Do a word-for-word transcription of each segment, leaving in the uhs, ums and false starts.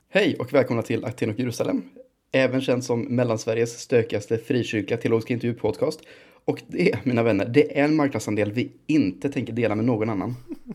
Hej och välkomna till Aten och Jerusalem, även känd som Mellansveriges stökigaste frikyrkliga teologiska intervjupodcast. Och det, mina vänner, det är en marknadsandel vi inte tänker dela med någon annan.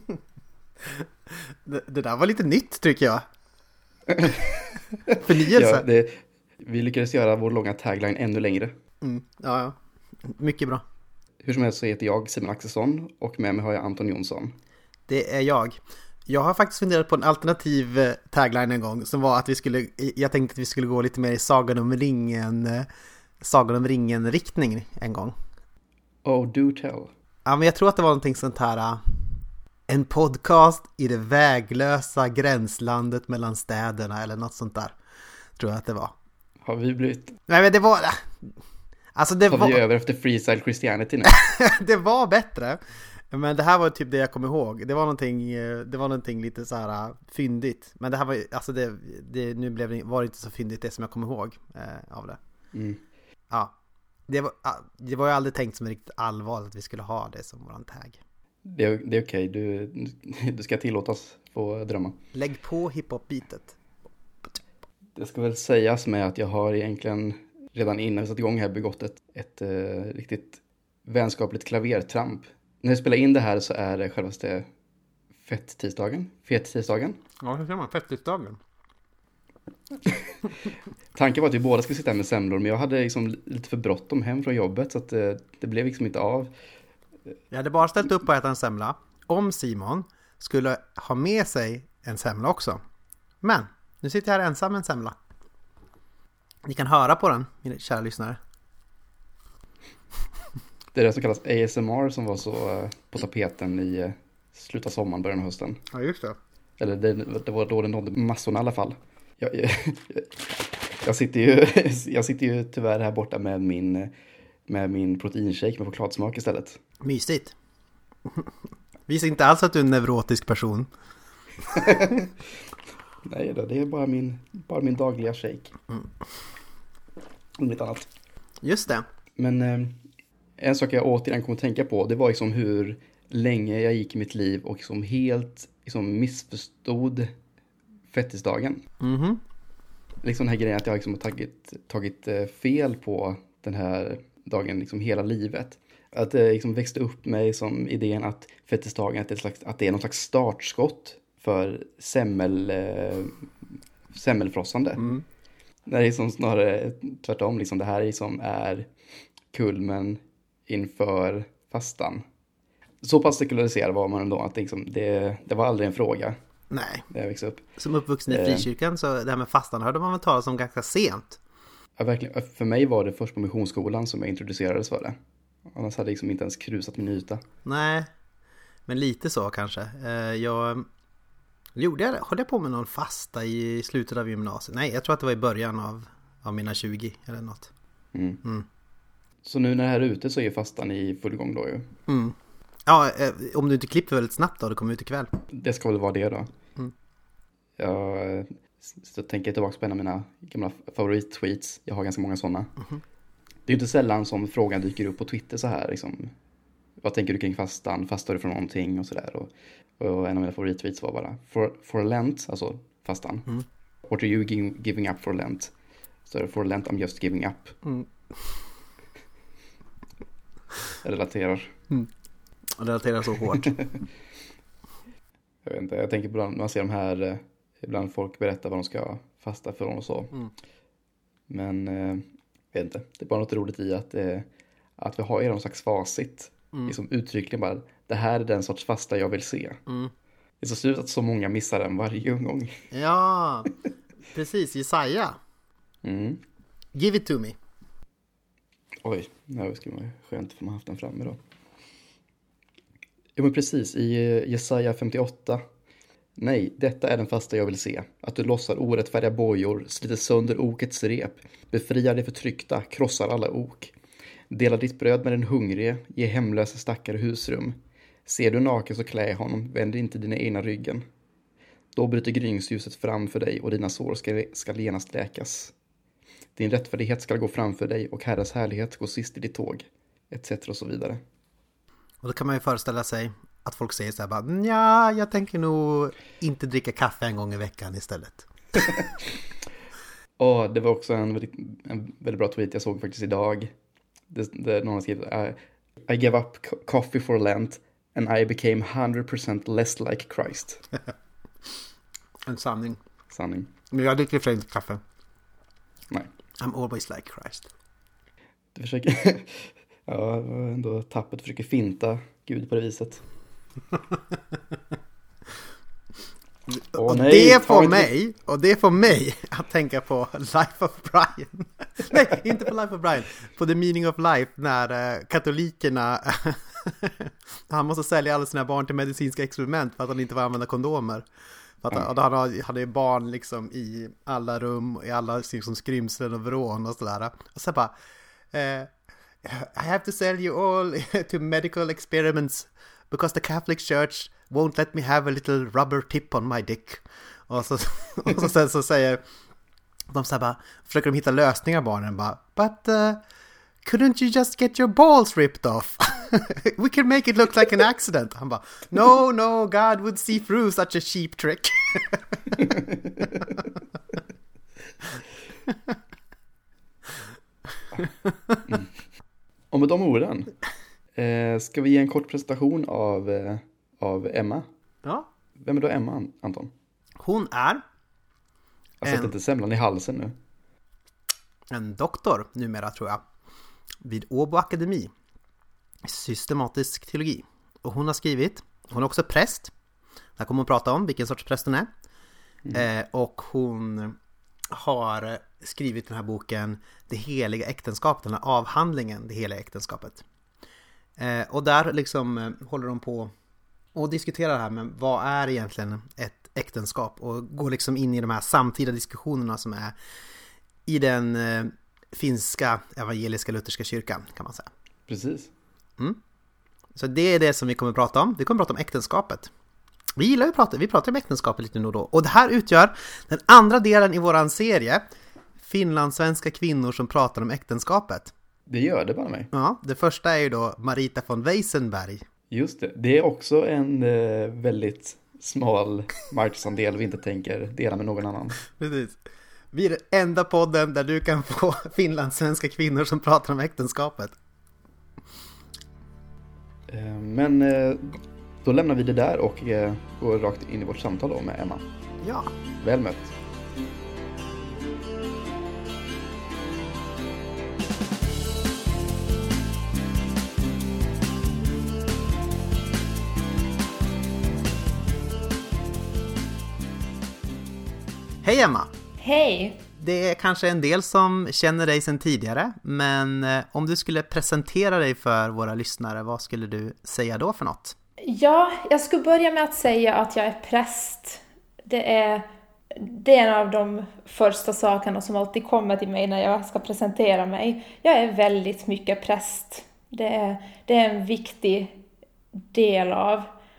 Det, det där var lite nytt, tycker jag. Förnyelse. Ja, det, vi lyckades göra vår långa tagline ännu längre. Mm, ja, ja. Mycket bra. Hur som helst så heter jag Simon Axelsson och med mig har jag Anton Jonsson. Det är jag. Jag har faktiskt funderat på en alternativ tagline en gång som var att vi skulle, jag tänkte att vi skulle gå lite mer i Sagan om ringen, Sagan om ringen-riktning en gång. Oh, do tell. Ja, men jag tror att det var någonting sånt här, en podcast i det väglösa gränslandet mellan städerna eller något sånt där, tror jag att det var. Har vi blivit... Nej, men det var... Alltså det Har var... vi över efter freestyle Christianity nu? Det var bättre. Men det här var typ det jag kommer ihåg. Det var någonting, det var någonting lite så här fyndigt. Men det här var alltså det, det nu blev det, var det inte så fyndigt det som jag kommer ihåg eh, av det. Mm. Ja. Det var, det var ju aldrig tänkt som riktigt allvarligt att vi skulle ha det som våran tag. Det är, det är okej. Du, du ska tillåtas få drömma. Lägg på hiphop-beatet. Det ska väl sägas med att jag har egentligen redan innan vi satt igång här begått ett, ett uh, riktigt vänskapligt klavertramp. När jag spelar in det här så är det självaste fett-tisdagen. Fet-tisdagen. Ja, hur säger man? Fett-tisdagen. Tanken var att vi båda skulle sitta här med semlor, men jag hade liksom lite för bråttom hem från jobbet så att det, det blev liksom inte av. Jag hade bara ställt upp på att äta en semla om Simon skulle ha med sig en semla också. Men nu sitter jag här ensam med en semla. Ni kan höra på den, mina kära lyssnare. Det är det som kallas A S M R som var så uh, på tapeten i uh, slutet av sommaren, början av hösten. Ja, just det. Eller det, det var då det nådde massorna i alla fall. Jag, jag, jag, sitter ju, jag sitter ju tyvärr här borta med min, med min proteinshake med chokladsmak istället. Mysigt. Visar inte alls att du är en neurotisk person. Nej då, det är bara min, bara min dagliga shake. Mm. Inget annat. Just det. Men eh, en sak jag återigen kom att tänka på, det var liksom hur länge jag gick i mitt liv och liksom helt liksom missförstod fettisdagen. Mhm. Liksom den här grejen att jag liksom har tagit, tagit fel på den här dagen liksom hela livet. Att det liksom växte upp mig som idén att fettisdagen att det är, slags, att det är någon slags startskott för semmel, eh, semmelfrossande. Mm. Det är liksom snarare tvärtom. Liksom det här är, liksom är kulmen inför fastan. Så pass sekulariserad var man ändå att liksom det, det var aldrig en fråga. Nej. När jag växte upp. Som uppvuxen i frikyrkan så det här med fastan hörde man väl talas om ganska sent. Ja, verkligen. För mig var det först på missionsskolan som jag introducerades för det. Annars hade jag liksom inte ens krusat min yta. Nej, men lite så kanske. Jag gjorde jag, höll jag på med någon fasta i slutet av gymnasiet. Nej, jag tror att det var i början av, av mina tjugo eller något. Mm. Mm. Så nu när det här är ute så är fastan i full gång då ju. Mm. Ja, om du inte klipper väldigt snabbt då, det kommer ut ikväll. Det ska väl vara det då. Mm. Jag så tänker jag tillbaka på en av mina gamla favorit-tweets. Jag har ganska många sådana. Mm. Det är inte sällan som frågan dyker upp på Twitter så här. Liksom, vad tänker du kring fastan? Fastar du från någonting? Och sådär. Och, och en av mina favorit-tweets var bara for, for Lent, alltså fastan. Mm. What are you giving, giving up for Lent? Så for Lent I'm just giving up. Mm. Jag relaterar. Mm. Jag relaterar så hårt. Jag vet inte, jag tänker på när man ser de här, ibland folk berättar vad de ska fasta från och så. Mm. Men jag vet inte, det är bara något roligt i att, att vi har ju någon slags facit. Mm. Liksom uttryckligen bara, det här är den sorts fasta jag vill se. Mm. Det är så slut att så många missar den varje gång. Ja, precis, Jesaja. Mm. Give it to me. Oj, det skulle vara skönt för man haft den framme då. Jo men precis, i Jesaja femtioåtta. Nej, detta är den fasta jag vill se. Att du lossar orättfärdiga bojor, sliter sönder okets rep, befriar det förtryckta, krossar alla ok. Dela ditt bröd med den hungrige, ge hemlösa stackare husrum. Ser du naken så klä honom, vänd inte dina egna ryggen. Då bryter gryningsljuset fram för dig och dina sår ska, ska genast läkas. Din rättfärdighet ska gå framför dig och Herrens härlighet går sist i ditt tåg. Etc och så vidare. Och då kan man ju föreställa sig att folk säger så här bara, ja, jag tänker nog inte dricka kaffe en gång i veckan istället. Och det var också en väldigt, en väldigt bra tweet jag såg faktiskt idag. Det, det, någon har skrivit I, I gave up co- coffee for Lent and I became one hundred percent less like Christ. En sanning. Sanning. Men jag dricker inte kaffe. Nej. I'm always like Christ. Du försöker... ja, det var ändå tappet. Du försöker finta Gud på det viset. Och, Åh, nej, det får ta mig, och det får mig att tänka på Life of Brian. Nej, inte på Life of Brian. På The Meaning of Life, när uh, katolikerna han måste sälja alla sina barn till medicinska experiment för att han inte får använda kondomer. För att mm. han hade barn liksom i alla rum, i alla liksom, skrymslen och vrån och sådär. Och så bara uh, I have to sell you all to medical experiments because the Catholic Church won't let me have a little rubber tip on my dick. Och så, och så sen så säger de så här bara, försöker de hitta lösningar barnen bara, but uh, couldn't you just get your balls ripped off? We can make it look like an accident. Han bara, no, no, God would see through such a cheap trick. mm. Och med de orden eh, ska vi ge en kort presentation av, eh, av Emma. Ja. Vem är då Emma, Anton? Hon är Jag sätter inte semlan i halsen nu. En doktor numera tror jag vid Åbo Akademi systematisk teologi. Och hon har skrivit, hon är också präst. Där kommer hon prata om vilken sorts präst hon är. Mm. Eh, och hon har skrivit den här boken Det heliga äktenskapet, den här avhandlingen Det heliga äktenskapet. Eh, och där liksom eh, håller de på och diskuterar det här med vad är egentligen ett äktenskap, och går liksom in i de här samtida diskussionerna som är i den eh, finska evangeliska lutherska kyrkan, kan man säga. Precis. Mm. Så det är det som vi kommer att prata om. Vi kommer att prata om äktenskapet. Vi gillar att prata, vi pratar om äktenskapet lite nu och då. Och det här utgör den andra delen i våran serie, finlandssvenska kvinnor som pratar om äktenskapet. Det gör det bara mig. Ja, det första är ju då Marita von Weisenberg. Just det, det är också en eh, väldigt smal marknadsandel vi inte tänker dela med någon annan. Precis. Vi är den enda podden där du kan få finlandssvenska kvinnor som pratar om äktenskapet. Eh, men eh, då lämnar vi det där och eh, går rakt in i vårt samtal då med Emma. Ja. Väl mött. Hej Emma! Hej! Det är kanske en del som känner dig sedan tidigare, men om du skulle presentera dig för våra lyssnare, vad skulle du säga då för något? Ja, jag skulle börja med att säga att jag är präst. Det är, det är en av de första sakerna som alltid kommer till mig när jag ska presentera mig. Jag är väldigt mycket präst. Det är, det är en viktig del av,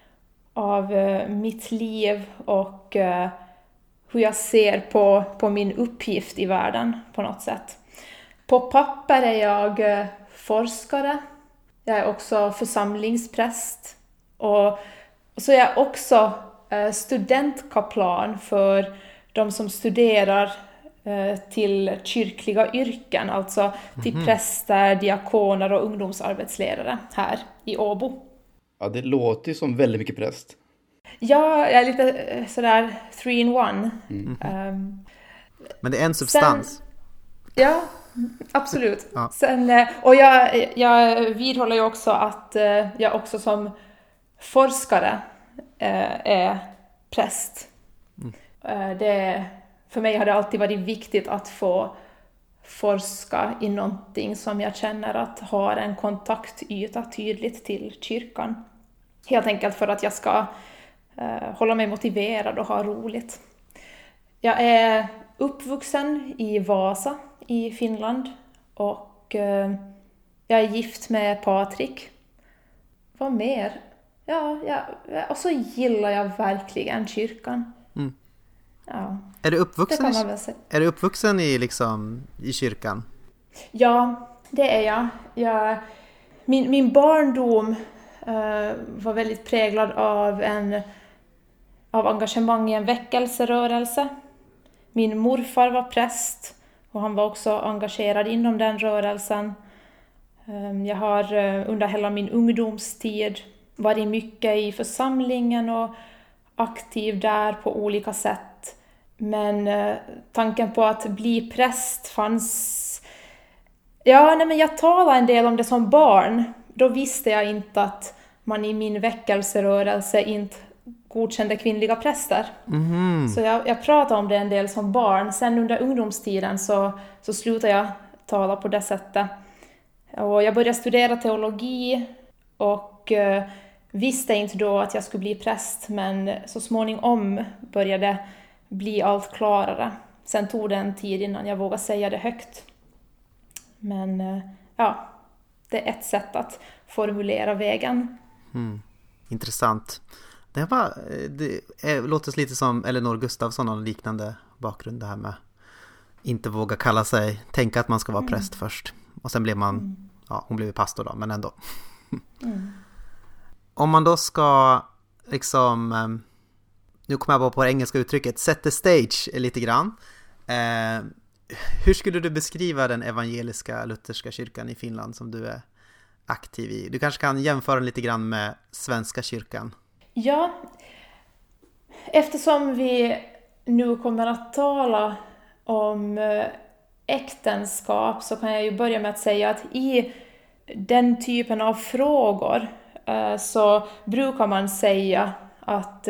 av mitt liv och hur jag ser på, på min uppgift i världen på något sätt. På papper är jag forskare. Jag är också församlingspräst. Och, och så är jag också studentkaplan för de som studerar till kyrkliga yrken. Alltså till mm-hmm. präster, diakoner och ungdomsarbetsledare här i Åbo. Ja, det låter ju som väldigt mycket präst. Ja, jag är lite sådär three in one. Mm. Um, Men det är en substans. Sen, ja, absolut. Ja. Sen, och jag, jag vidhåller ju också att jag också som forskare är präst. Mm. Det, för mig har det alltid varit viktigt att få forska i någonting som jag känner att har en kontaktyta tydligt till kyrkan. Helt enkelt för att jag ska Uh, hålla mig motiverad och ha roligt. Jag är uppvuxen i Vasa i Finland och uh, jag är gift med Patrik. Vad mer? Ja, ja, och så gillar jag verkligen kyrkan. Mm. Ja, är du uppvuxen, det kan man väl säga. Är du uppvuxen i, liksom, i kyrkan? Ja, det är jag. jag min, min barndom uh, var väldigt präglad av en av engagemang i en väckelserörelse. Min morfar var präst och han var också engagerad inom den rörelsen. Jag har under hela min ungdomstid varit mycket i församlingen och aktiv där på olika sätt. Men tanken på att bli präst fanns... Ja, nej, men jag talade en del om det som barn. Då visste jag inte att man i min väckelserörelse inte godkände kvinnliga präster. Mm. Så jag, jag pratade om det en del som barn. Sen under ungdomstiden så, så slutade jag tala på det sättet. Och jag började studera teologi och eh, visste inte då att jag skulle bli präst. Men så småningom började bli allt klarare. Sen tog det en tid innan jag vågade säga det högt. Men eh, ja, det är ett sätt att formulera vägen. Mm. Intressant. Det, var, det är, låter lite som Elinor Gustafsson och liknande bakgrund, det här med inte våga kalla sig, tänka att man ska vara mm. präst först. Och sen blev man, mm. ja, hon blev pastor då, men ändå. Mm. Om man då ska liksom, nu kommer jag bara på det engelska uttrycket, set the stage lite grann. Eh, hur skulle du beskriva den evangeliska lutherska kyrkan i Finland som du är aktiv i? Du kanske kan jämföra lite grann med svenska kyrkan. Ja, eftersom vi nu kommer att tala om äktenskap så kan jag ju börja med att säga att i den typen av frågor så brukar man säga att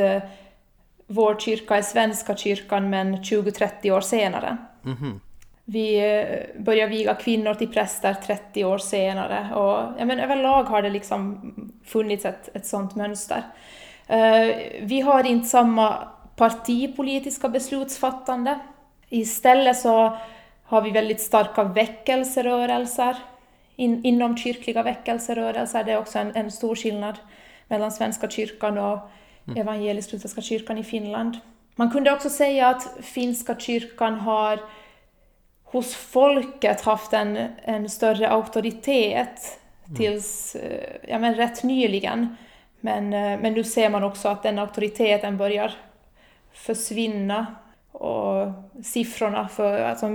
vår kyrka är svenska kyrkan men tjugo till trettio år senare. Mm-hmm. Vi börjar viga kvinnor till präster trettio år senare och ja, men överlag har det liksom funnits ett, ett sånt mönster. Uh, vi har inte samma partipolitiska beslutsfattande. Istället så har vi väldigt starka väckelserörelser in, inom kyrkliga väckelserörelser. Det är också en, en stor skillnad mellan svenska kyrkan och mm. evangelisk-lutherska kyrkan i Finland. Man kunde också säga att finska kyrkan har hos folket haft en, en större auktoritet mm. tills ja, men rätt nyligen. Men, men nu ser man också att den auktoriteten börjar försvinna och siffrorna för alltså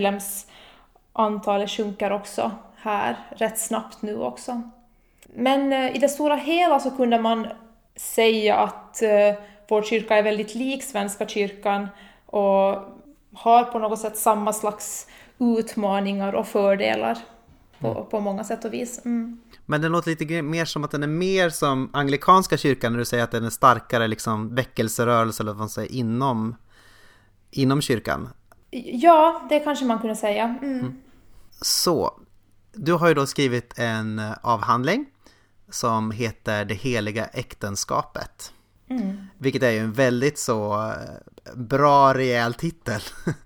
medlemsantalet sjunker också här rätt snabbt nu också. Men i det stora hela så kunde man säga att vår kyrka är väldigt lik svenska kyrkan och har på något sätt samma slags utmaningar och fördelar på, mm. på många sätt och vis. Mm. Men den låter lite mer som att den är mer som anglikanska kyrkan när du säger att den är starkare liksom väckelserörelse eller vad man säger inom, inom kyrkan. Ja, det kanske man kunde säga. Mm. Mm. Så, du har ju då skrivit en avhandling som heter Det heliga äktenskapet. Mm. Vilket är ju en väldigt så bra, rejäl titel.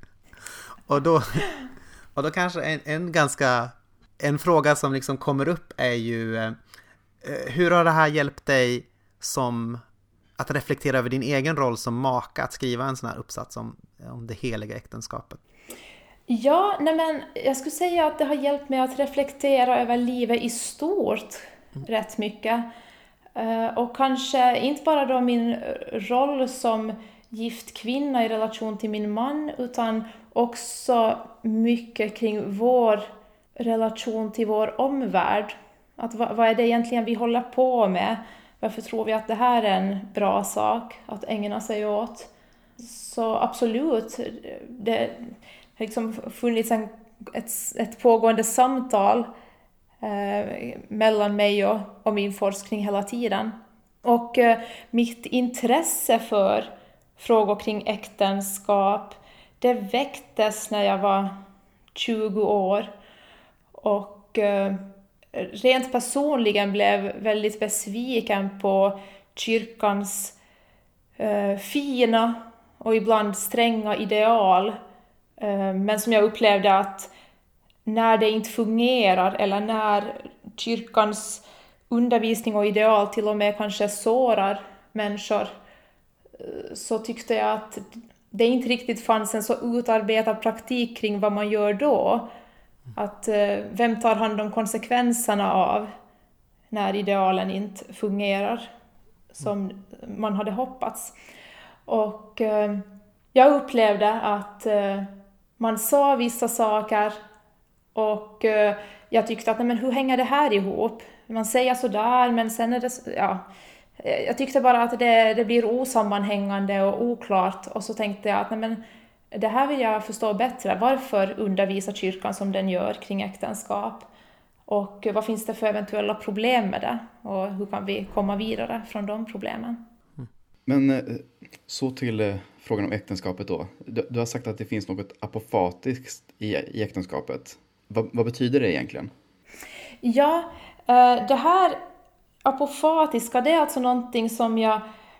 och, då, och då kanske en, en ganska... En fråga som liksom kommer upp är ju eh, hur har det här hjälpt dig som att reflektera över din egen roll som maka att skriva en sån här uppsats om, om det heliga äktenskapet? Ja, nej men jag skulle säga att det har hjälpt mig att reflektera över livet i stort mm. rätt mycket. Uh, och kanske inte bara då min roll som gift kvinna i relation till min man utan också mycket kring vår relation till vår omvärld. Att vad, vad är det egentligen vi håller på med? Varför tror vi att det här är en bra sak att ägna sig åt? Så absolut, det har liksom funnits en, ett, ett pågående samtal eh, mellan mig och, och min forskning hela tiden. Och eh, mitt intresse för frågor kring äktenskap, det väcktes när jag var tjugo år. Och eh, rent personligen blev väldigt besviken på kyrkans eh, fina och ibland stränga ideal. Eh, men som jag upplevde att när det inte fungerar eller när kyrkans undervisning och ideal till och med kanske sårar människor eh, så tyckte jag att det inte riktigt fanns en så utarbetad praktik kring vad man gör då. Att eh, vem tar hand om konsekvenserna av när idealen inte fungerar som man hade hoppats. Och eh, jag upplevde att uh, man sa vissa saker och uh, jag tyckte att nej, men hur hänger det här ihop? Man säger sådär men sen är det... Ja, jag tyckte bara att det, det blir osammanhängande och oklart och så tänkte jag att nej, men det här vill jag förstå bättre. Varför undervisar kyrkan som den gör kring äktenskap? Och vad finns det för eventuella problem med det? Och hur kan vi komma vidare från de problemen? Men så till frågan om äktenskapet då. Du, du har sagt att det finns något apofatiskt i, i äktenskapet. Va, vad betyder det egentligen? Ja, det här apofatiska, det är alltså någonting som jag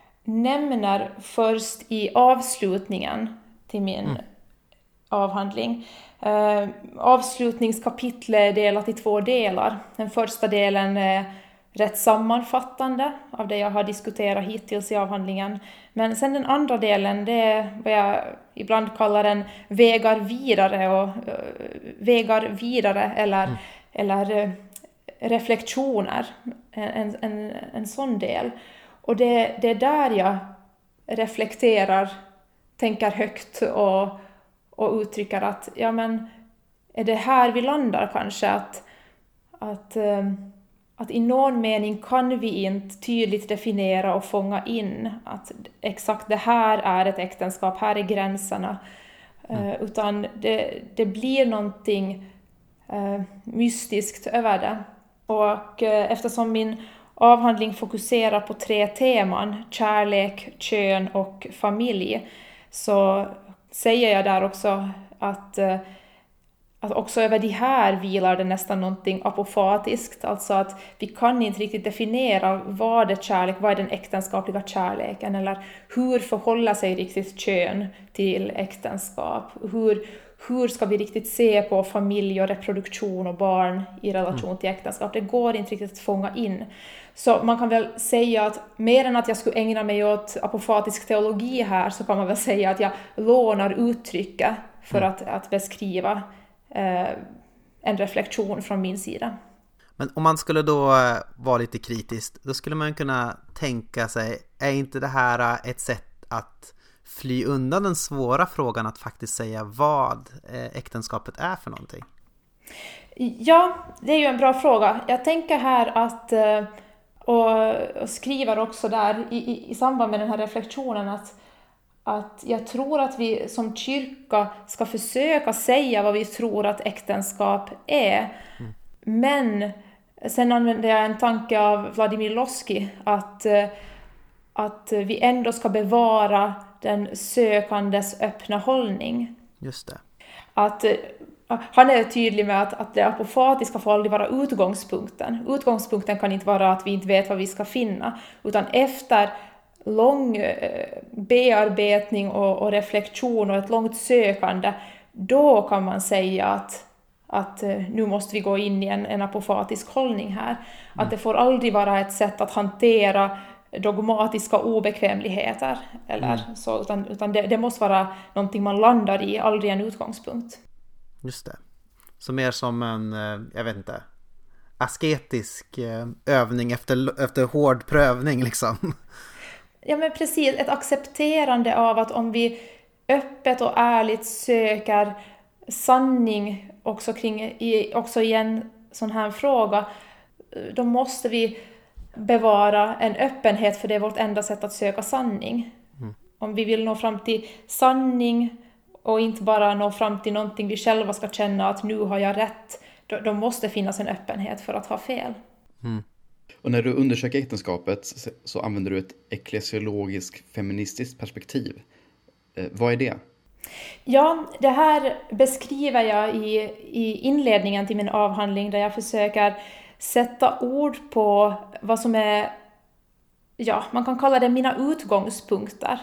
nämner först i avslutningen till min mm. avhandling. Uh, avslutningskapitlet är delat i två delar. Den första delen är rätt sammanfattande av det jag har diskuterat hittills i avhandlingen. Men sen den andra delen, det är vad jag ibland kallar en vägar vidare och uh, vägar vidare eller, mm. eller uh, reflektioner, en, en, en sån del. Och det, det är där jag reflekterar, tänker högt och, och uttrycker att ja men är det här vi landar kanske att, att, att i någon mening kan vi inte tydligt definiera och fånga in att exakt det här är ett äktenskap, här är gränserna. Mm. Utan det, det blir någonting uh, mystiskt över det. Och eftersom min avhandling fokuserar på tre teman, kärlek, kön och familj, så säger jag där också att, att också över de här vilar det nästan någonting apofatiskt. Alltså att vi kan inte riktigt definiera vad är kärlek, vad är den äktenskapliga kärleken eller hur förhåller sig riktigt kön till äktenskap. Hur, hur ska vi riktigt se på familj och reproduktion och barn i relation till äktenskap? Det går inte riktigt att fånga in. Så man kan väl säga att mer än att jag skulle ägna mig åt apofatisk teologi här så kan man väl säga att jag lånar uttrycket för mm. att, att beskriva eh, en reflektion från min sida. Men om man skulle då vara lite kritisk, då skulle man kunna tänka sig, är inte det här ett sätt att fly undan den svåra frågan att faktiskt säga vad äktenskapet är för någonting? Ja, det är ju en bra fråga. Jag tänker här att, och skriver också där i, i, i samband med den här reflektionen att, att jag tror att vi som kyrka ska försöka säga vad vi tror att äktenskap är. Mm. Men sen använder jag en tanke av Vladimir Lossky att, att vi ändå ska bevara den sökandes öppna hållning. Just det. Att, han är tydlig med att, att det apofatiska får aldrig vara utgångspunkten. Utgångspunkten kan inte vara att vi inte vet vad vi ska finna. Utan efter lång bearbetning och, och reflektion och ett långt sökande, då kan man säga att, att nu måste vi gå in i en, en apofatisk hållning här. Mm. Att det får aldrig vara ett sätt att hantera dogmatiska obekvämligheter eller mm. så, utan, utan det, det måste vara någonting man landar i, aldrig en utgångspunkt. Just det. Så mer som en, jag vet inte, asketisk övning efter, efter hård prövning liksom. Ja men precis, ett accepterande av att om vi öppet och ärligt söker sanning också, kring, i, också i en sån här fråga, då måste vi bevara en öppenhet, för det är vårt enda sätt att söka sanning. Mm. Om vi vill nå fram till sanning och inte bara nå fram till någonting vi själva ska känna att nu har jag rätt, då, då måste finnas en öppenhet för att ha fel. Mm. Och när du undersöker äktenskapet så, så använder du ett eklesiologiskt feministiskt perspektiv. Eh, vad är det? Ja, det här beskriver jag i, i inledningen till min avhandling, där jag försöker sätta ord på vad som är, ja, man kan kalla det mina utgångspunkter.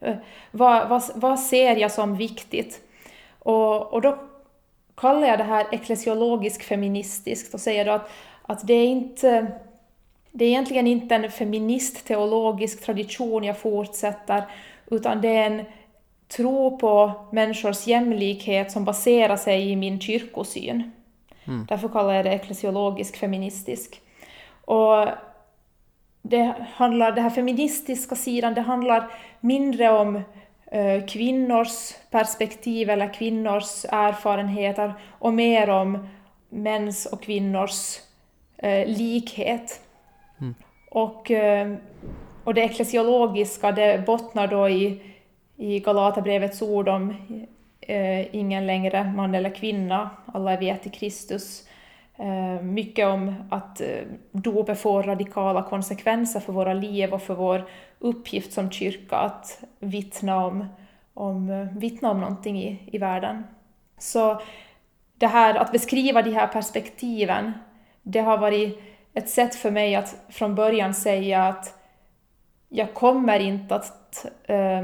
Vad, vad, vad ser jag som viktigt? Och, och då kallar jag det här eklesiologiskt feministiskt och säger då att, att det är inte, det är egentligen inte en feminist-teologisk tradition jag fortsätter, utan det är en tro på människors jämlikhet som baserar sig i min kyrkosyn. Mm. Därför kallar jag det eklesiologisk feministisk. Och det handlar, det här feministiska sidan, det handlar mindre om eh, kvinnors perspektiv eller kvinnors erfarenheter och mer om mäns och kvinnors eh, likhet. Mm. Och, eh, och det eklesiologiska, det bottnar då i, i Galaterbrevets ord om eh, ingen längre man eller kvinna, alla är vi ett i Kristus. Eh, mycket om att eh, dopet får radikala konsekvenser för våra liv och för vår uppgift som kyrka att vittna om, om, vittna om någonting i, i världen. Så det här, att beskriva de här perspektiven, det har varit ett sätt för mig att från början säga att jag kommer inte att eh,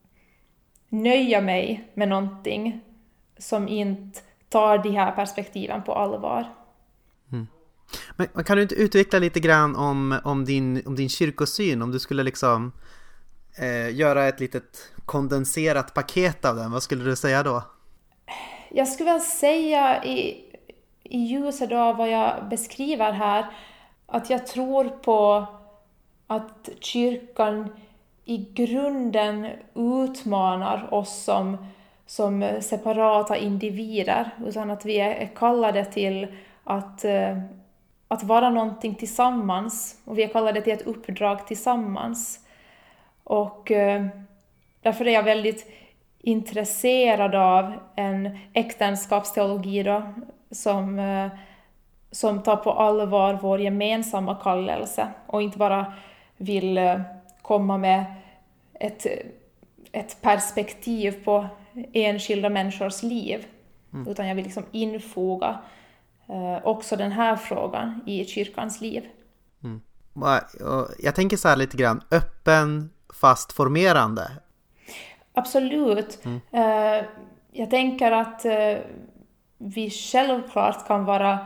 nöja mig med någonting som inte tar de här perspektiven på allvar. Mm. Men kan du inte utveckla lite grann om, om, din, om din kyrkosyn? Om du skulle liksom eh, göra ett litet kondenserat paket av den, vad skulle du säga då? Jag skulle väl säga i, i ljuset av vad jag beskriver här att jag tror på att kyrkan i grunden utmanar oss som, som separata individer, utan att vi är kallade till att, att vara någonting tillsammans, och vi är kallade till ett uppdrag tillsammans. Och därför är jag väldigt intresserad av en äktenskapsteologi då, som, som tar på allvar vår gemensamma kallelse och inte bara vill komma med ett, ett perspektiv på enskilda människors liv. Mm. Utan jag vill liksom infoga eh, också den här frågan i kyrkans liv. Mm. Jag tänker så här lite grann, öppen fast formerande. Absolut. Mm. Eh, jag tänker att eh, vi självklart kan vara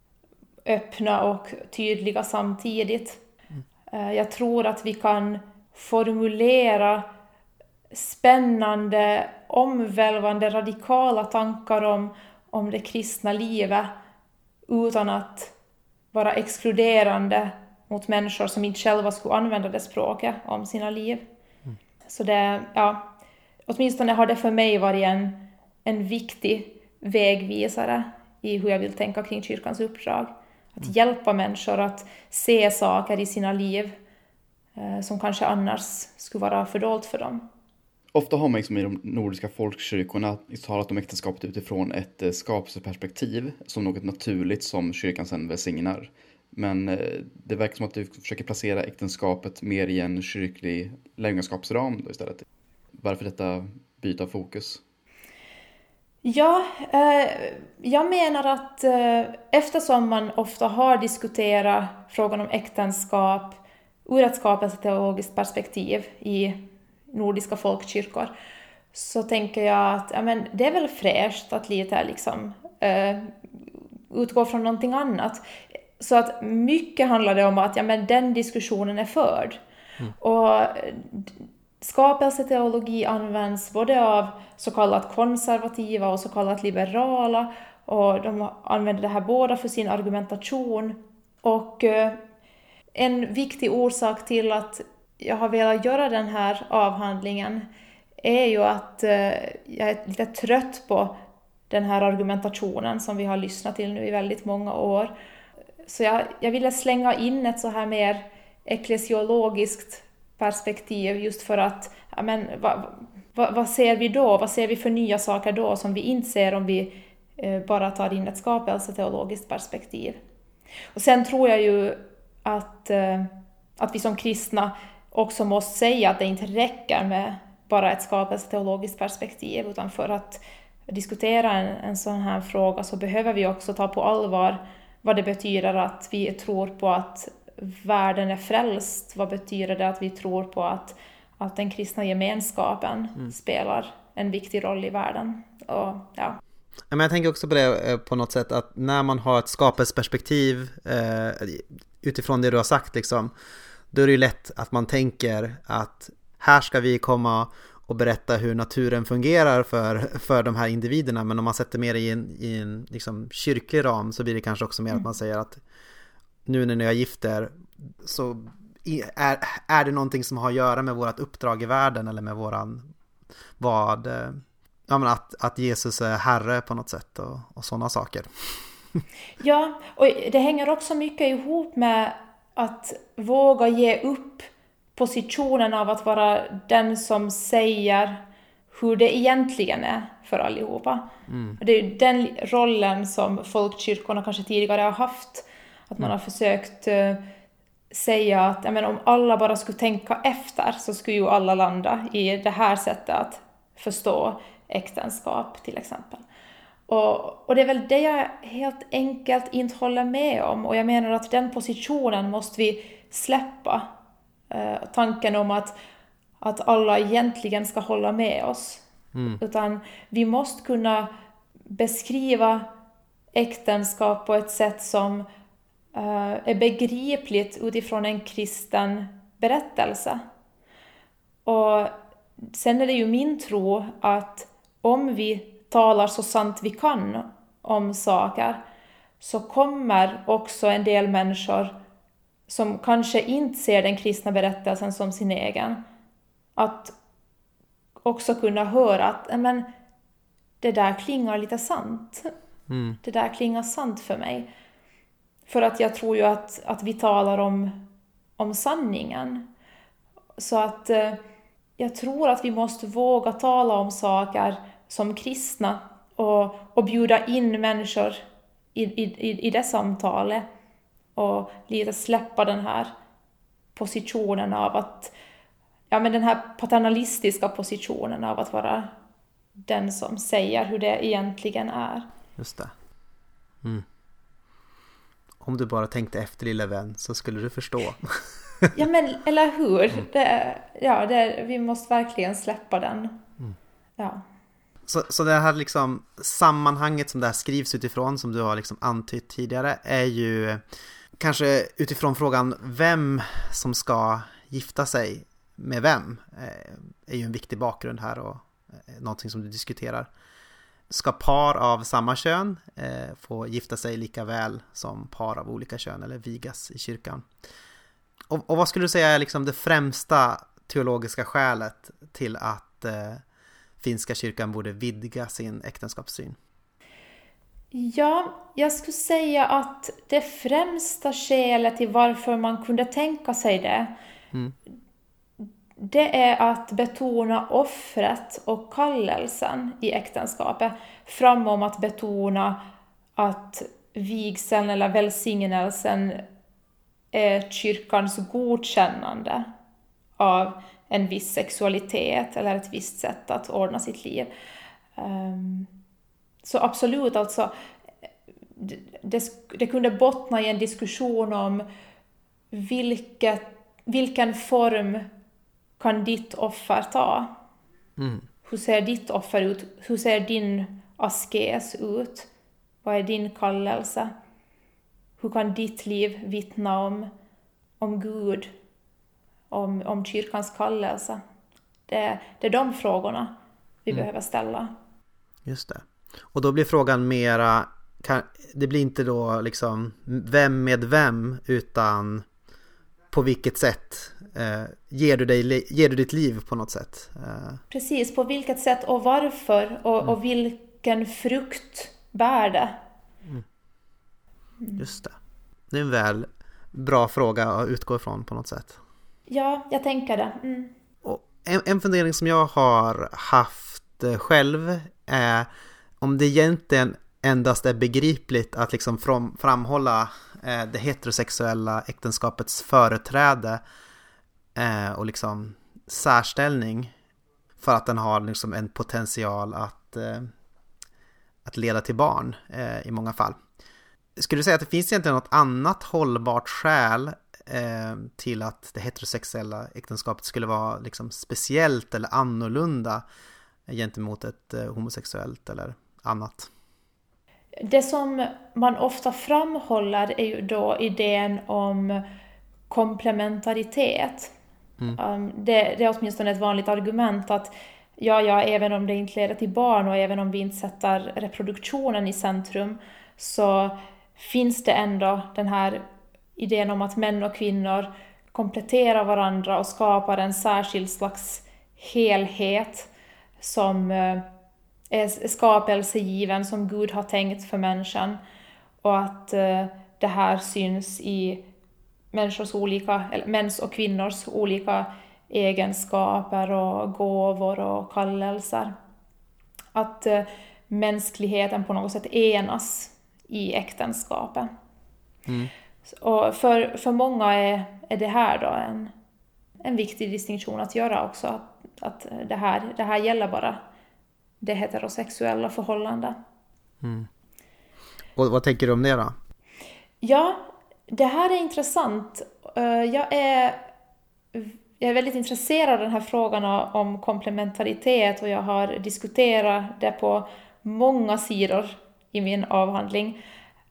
öppna och tydliga samtidigt. Mm. Eh, jag tror att vi kan formulera spännande, omvälvande, radikala tankar om, om det kristna livet utan att vara exkluderande mot människor som inte själva skulle använda det språket om sina liv. Mm. Så det, ja, åtminstone har det för mig varit en, en viktig vägvisare i hur jag vill tänka kring kyrkans uppdrag. Att mm. hjälpa människor att se saker i sina liv eh, som kanske annars skulle vara fördolt för dem. Ofta har man liksom i de nordiska folkkyrkorna talat om äktenskapet utifrån ett eh, skapelseperspektiv som något naturligt som kyrkan sedan välsignar. Men eh, det verkar som att du försöker placera äktenskapet mer i en kyrklig lärjungaskapsram då istället. Varför detta byta fokus? Ja, eh, jag menar att eh, eftersom man ofta har diskuterat frågan om äktenskap ur ett skapelseteologiskt perspektiv i nordiska folkkyrkor, så tänker jag att ja, men det är väl fräscht att lite liksom, eh, utgå från någonting annat. Så att mycket handlar det om att ja, men den diskussionen är förd. Mm. Och skapelseteologi används både av så kallat konservativa och så kallat liberala, och de använder det här båda för sin argumentation. Och eh, en viktig orsak till att jag har velat göra den här avhandlingen är ju att eh, jag är lite trött på den här argumentationen som vi har lyssnat till nu i väldigt många år. Så jag, jag ville slänga in ett så här mer eklesiologiskt perspektiv just för att, ja, men, vad, vad, vad ser vi då? Vad ser vi för nya saker då som vi inte ser om vi eh, bara tar in ett skapelseteologiskt perspektiv? Och sen tror jag ju att, eh, att vi som kristna också måste säga att det inte räcker med bara ett skapelseteologiskt perspektiv, utan för att diskutera en, en sån här fråga så behöver vi också ta på allvar vad det betyder att vi tror på att världen är frälst. Vad betyder det att vi tror på att, att den kristna gemenskapen mm. spelar en viktig roll i världen? Och, ja. Men jag tänker också på det på något sätt, att när man har ett skapelseperspektiv eh, utifrån det du har sagt liksom, då är det ju lätt att man tänker att här ska vi komma och berätta hur naturen fungerar för, för de här individerna. Men om man sätter mer i en, i en liksom kyrklig ram så blir det kanske också mer mm. att man säger att nu när ni är gifter så är, är det någonting som har att göra med vårt uppdrag i världen eller med våran vad, eh, ja, men att, att Jesus är herre på något sätt och, och sådana saker. Ja, och det hänger också mycket ihop med att våga ge upp positionen av att vara den som säger hur det egentligen är för allihopa. Mm. Det är ju den rollen som folkkyrkorna kanske tidigare har haft. Att man har försökt uh, säga att ja, men om alla bara skulle tänka efter så skulle ju alla landa i det här sättet att förstå äktenskap till exempel. Och, och det är väl det jag helt enkelt inte håller med om. Och jag menar att den positionen måste vi släppa. Uh, tanken om att, att alla egentligen ska hålla med oss. Mm. Utan vi måste kunna beskriva äktenskap på ett sätt som uh, är begripligt utifrån en kristen berättelse. Och sen är det ju min tro att om vi talar så sant vi kan om saker så kommer också en del människor som kanske inte ser den kristna berättelsen som sin egen att också kunna höra att men, det där klingar lite sant. Mm. Det där klingar sant för mig. För att jag tror ju att, att vi talar om, om sanningen. Så att eh, jag tror att vi måste våga tala om saker som kristna och, och bjuda in människor i, i, i det samtalet och lite släppa den här positionen av att ja, men den här paternalistiska positionen av att vara den som säger hur det egentligen är. Just det. Mm. Om du bara tänkte efter, lilla vän, så skulle du förstå. Ja, men eller hur? Mm. Det, ja, det, vi måste verkligen släppa den. Mm. Ja. Så, så det här liksom sammanhanget som det här skrivs utifrån, som du har liksom antytt tidigare, är ju kanske utifrån frågan vem som ska gifta sig med vem, är ju en viktig bakgrund här och någonting som du diskuterar. Ska par av samma kön eh, få gifta sig lika väl som par av olika kön eller vigas i kyrkan? Och, och vad skulle du säga är liksom det främsta teologiska skälet till att eh, finska kyrkan borde vidga sin äktenskapssyn? Ja, jag skulle säga att det främsta skälet till varför man kunde tänka sig det mm. det är att betona offret och kallelsen i äktenskapet framom att betona att vigseln eller välsignelsen är kyrkans godkännande av en viss sexualitet eller ett visst sätt att ordna sitt liv. Så absolut, alltså det, det kunde bottna i en diskussion om vilket, vilken form kan ditt offer ta? Mm. Hur ser ditt offer ut? Hur ser din askes ut? Vad är din kallelse? Hur kan ditt liv vittna om, om Gud? Om, om kyrkans kallelse? Det, det är de frågorna vi mm. behöver ställa. Just det. Och då blir frågan mera, kan, det blir inte då liksom vem med vem, utan på vilket sätt eh, ger, du dig, ger du ditt liv på något sätt? Eh. Precis, på vilket sätt och varför och, mm. och vilken frukt bär det? Mm. Just det. Det är en väl bra fråga att utgå ifrån på något sätt. Ja, jag tänker det. Mm. Och en, en fundering som jag har haft själv är om det egentligen endast är begripligt att liksom fram, framhålla eh, det heterosexuella äktenskapets företräde eh, och liksom särställning för att den har liksom en potential att, eh, att leda till barn eh, i många fall. Skulle du säga att det finns egentligen något annat hållbart skäl eh, till att det heterosexuella äktenskapet skulle vara liksom speciellt eller annorlunda gentemot ett eh, homosexuellt eller annat? Det som man ofta framhåller är ju då idén om komplementaritet. Mm. Um, det, det är åtminstone ett vanligt argument att ja, ja, även om det inte leder till barn och även om vi inte sätter reproduktionen i centrum så finns det ändå den här idén om att män och kvinnor kompletterar varandra och skapar en särskild slags helhet som är skapelsegiven, som Gud har tänkt för människan. Och att det här syns i människors olika, eller mäns och kvinnors olika egenskaper och gåvor och kallelser. Att mänskligheten på något sätt enas i äktenskapet. Mm. Och för, för många är, är det här då en, en viktig distinktion att göra också. Att, att det, här, det här gäller bara det heterosexuella förhållande. Mm. Och vad tänker du om det då? Ja, det här är intressant. Jag är, jag är väldigt intresserad av den här frågan om komplementaritet och jag har diskuterat det på många sidor i min avhandling.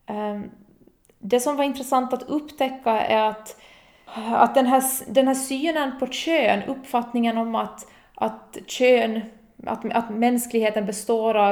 Det som var intressant att upptäcka är att, att den, här, den här synen på kön, uppfattningen om att, att kön, att, att mänskligheten består av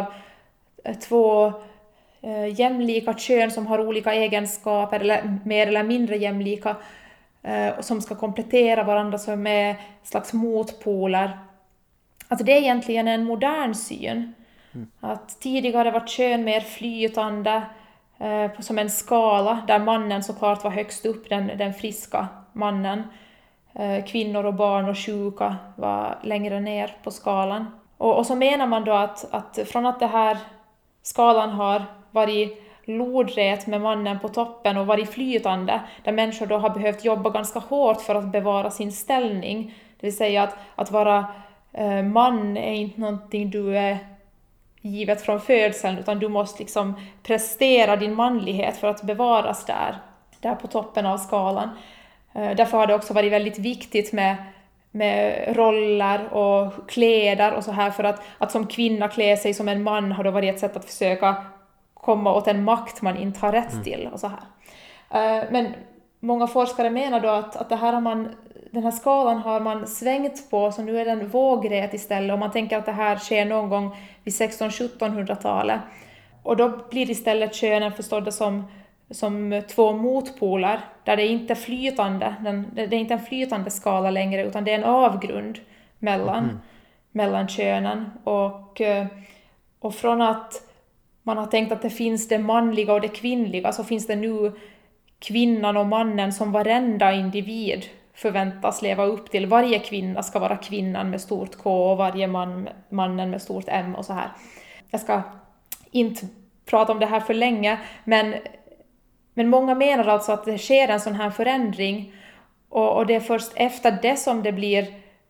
två eh, jämlika kön som har olika egenskaper, eller mer eller mindre jämlika, eh, som ska komplettera varandra, som är slags motpoler. Att det är egentligen en modern syn. Mm. Att tidigare var kön mer flytande, eh, som en skala, där mannen såklart var högst upp, den, den friska mannen. Eh, kvinnor och barn och sjuka var längre ner på skalan. Och, och så menar man då att, att från att det här skalan har varit lodrät med mannen på toppen och varit flytande, där människor då har behövt jobba ganska hårt för att bevara sin ställning. Det vill säga att, att vara eh, man är inte någonting du är givet från födseln, utan du måste liksom prestera din manlighet för att bevaras där, där på toppen av skalan. Eh, därför har det också varit väldigt viktigt med med roller och kläder och så här, för att, att som kvinna klä sig som en man har då varit ett sätt att försöka komma åt en makt man inte har rätt till och så här. Men många forskare menar då att, att det här har man, den här skalan har man svängt på, så nu är den vågrät istället, och man tänker att det här sker någon gång vid sexton-sjuttonhundratalet. Och då blir istället könen förstådda som som två motpoler, där det inte är flytande, den, det är inte en flytande skala längre, utan det är en avgrund mellan, mm. mellan könen. Och, och från att man har tänkt att det finns det manliga och det kvinnliga, så finns det nu kvinnan och mannen som varenda individ förväntas leva upp till. Varje kvinna ska vara kvinnan med stort K och varje man mannen med stort M och så här. Jag ska inte prata om det här för länge, men Men många menar alltså att det sker en sån här förändring, och, och det är först efter det som det blir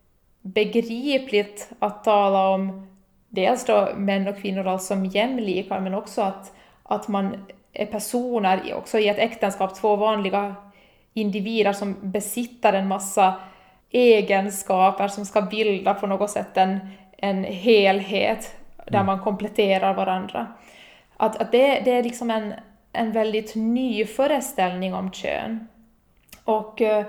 begripligt att tala om dels då män och kvinnor alltså som jämlikar, men också att, att man är personer också i ett äktenskap, två vanliga individer som besitter en massa egenskaper som ska bilda på något sätt en, en helhet där man kompletterar varandra. Att, att det, det är liksom en en väldigt ny föreställning om kön. Och eh,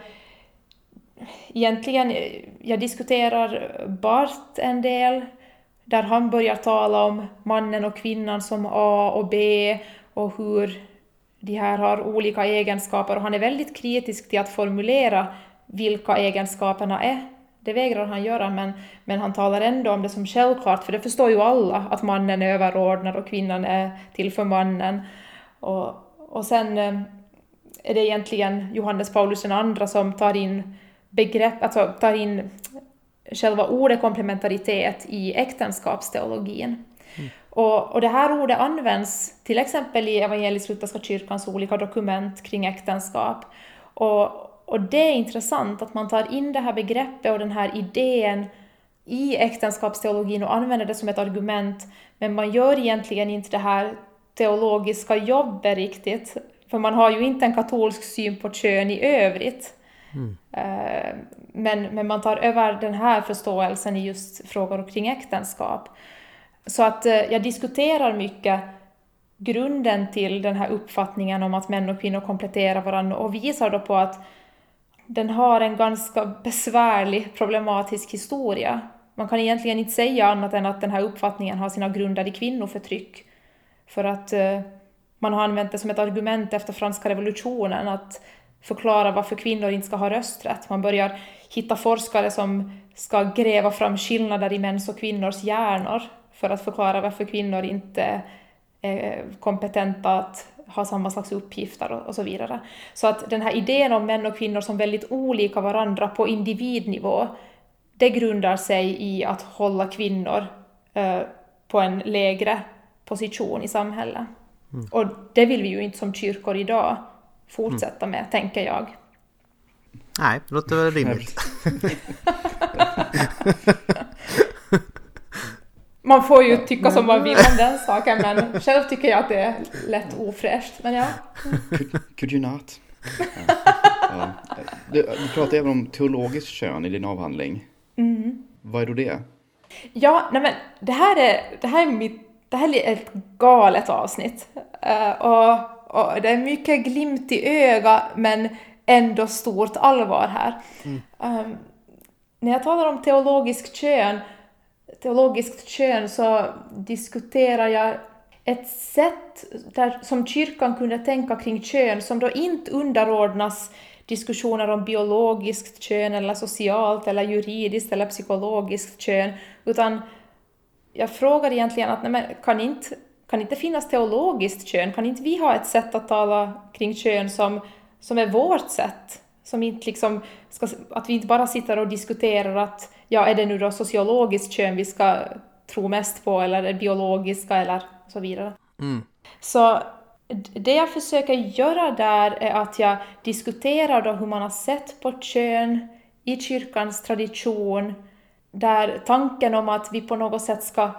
egentligen, jag diskuterar Barth en del, där han börjar tala om mannen och kvinnan som A och B, och hur de här har olika egenskaper, och han är väldigt kritisk till att formulera vilka egenskaperna är. Det vägrar han göra, men, men han talar ändå om det som självklart, för det förstår ju alla att mannen är överordnad och kvinnan är till för mannen. Och, och sen är det egentligen Johannes Paulus den andra som tar in begrepp, alltså tar in själva ordet komplementaritet i äktenskapsteologin. Mm. Och, och det här ordet används till exempel i evangelisk-lutherska kyrkans olika dokument kring äktenskap. Och, och det är intressant att man tar in det här begreppet och den här idén i äktenskapsteologin och använder det som ett argument, men man gör egentligen inte det här teologiska jobbet riktigt, för man har ju inte en katolsk syn på kön i övrigt. Mm. Men, men man tar över den här förståelsen i just frågor kring äktenskap. Så att jag diskuterar mycket grunden till den här uppfattningen om att män och kvinnor kompletterar varandra, och visar då på att den har en ganska besvärlig, problematisk historia. Man kan egentligen inte säga annat än att den här uppfattningen har sina grunder i kvinnoförtryck. För att eh, man har använt det som ett argument efter franska revolutionen, att förklara varför kvinnor inte ska ha rösträtt. Man börjar hitta forskare som ska gräva fram skillnader i mäns och kvinnors hjärnor för att förklara varför kvinnor inte är kompetenta att ha samma slags uppgifter och så vidare. Så att den här idén om män och kvinnor som väldigt olika varandra på individnivå, det grundar sig i att hålla kvinnor eh, på en lägre position i samhället. Mm. Och det vill vi ju inte som kyrkor idag fortsätta med, mm. tänker jag. Nej, det låter väl rimligt. Man får ju tycka som man vill om den saken, men själv tycker jag att det är lätt ofräscht. Men ja. Could, could you not? Ja. Ja. Du, du pratar även om teologiskt kön i din avhandling. Mm. Vad är då det? Ja, nej men det här är, det här är, mitt, det här är ett galet avsnitt. Uh, och, och det är mycket glimt i öga, men ändå stort allvar här. Mm. Um, när jag talar om teologiskt kön, teologiskt kön så diskuterar jag ett sätt där, som kyrkan kunde tänka kring kön som då inte underordnas diskussioner om biologiskt kön eller socialt eller juridiskt eller psykologiskt kön, utan jag frågar egentligen att nej, men kan inte kan inte finnas teologiskt kön, kan inte vi ha ett sätt att tala kring kön som som är vårt sätt, som inte liksom ska, att vi inte bara sitter och diskuterar att ja, är det nu då sociologiskt kön vi ska tro mest på eller är det biologiska eller så vidare. Mm. Så det jag försöker göra där är att jag diskuterar då hur man har sett på kön i kyrkans tradition, där tanken om att vi på något sätt ska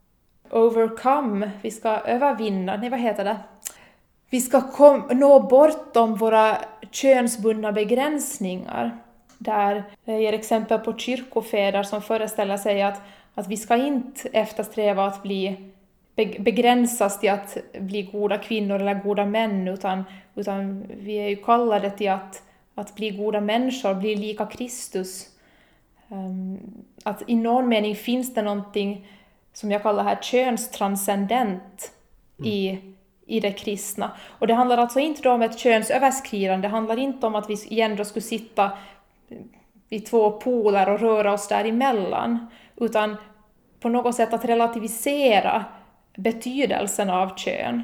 overcome, vi ska övervinna, nej vad heter det? Vi ska kom, nå bortom våra könsbundna begränsningar. Där jag ger exempel på kyrkofäder som föreställer sig att, att vi ska inte eftersträva att bli begränsas till att bli goda kvinnor eller goda män, utan, utan vi är ju kallade till att, att bli goda människor, bli lika Kristus. Um, att i någon mening finns det någonting som jag kallar här könstranscendent mm. i, i det kristna. Och det handlar alltså inte då om ett könsöverskridande, det handlar inte om att vi igen då skulle sitta vid två poler och röra oss däremellan, utan på något sätt att relativisera betydelsen av kön.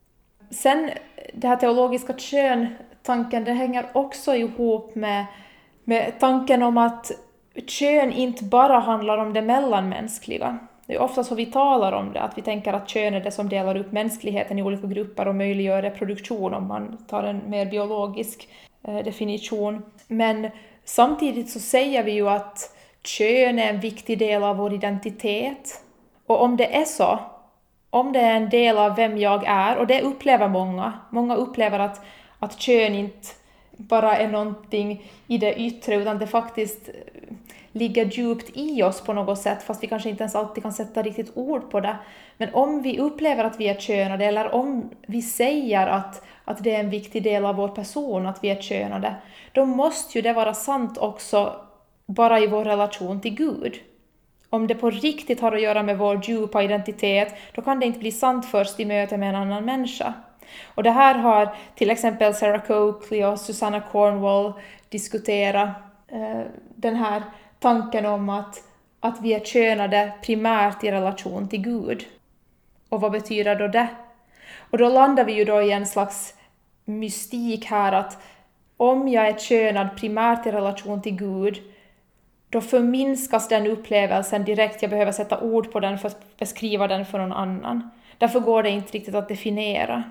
Sen det här teologiska kön-tanken, det hänger också ihop med, med tanken om att kön inte bara handlar om det mellanmänskliga. Det är ofta så vi talar om det, att vi tänker att kön är det som delar upp mänskligheten i olika grupper och möjliggör reproduktion om man tar en mer biologisk eh, definition. Men samtidigt så säger vi ju att kön är en viktig del av vår identitet. Och om det är så, om det är en del av vem jag är, och det upplever många, många upplever att, att kön inte bara är någonting i det yttre, utan det faktiskt ligger djupt i oss på något sätt, fast vi kanske inte ens alltid kan sätta riktigt ord på det. Men om vi upplever att vi är könade, eller om vi säger att, att det är en viktig del av vår person att vi är könade, då måste ju det vara sant också bara i vår relation till Gud. Om det på riktigt har att göra med vår djupa identitet, då kan det inte bli sant först i möte med en annan människa. Och det här har till exempel Sarah Coakley och Susanna Cornwall diskuterat, eh, den här tanken om att, att vi är könade primärt i relation till Gud. Och vad betyder då det? Och då landar vi ju då i en slags mystik här, att om jag är könad primärt i relation till Gud, då förminskas den upplevelsen direkt. Jag behöver sätta ord på den för att beskriva den för någon annan. Därför går det inte riktigt att definiera.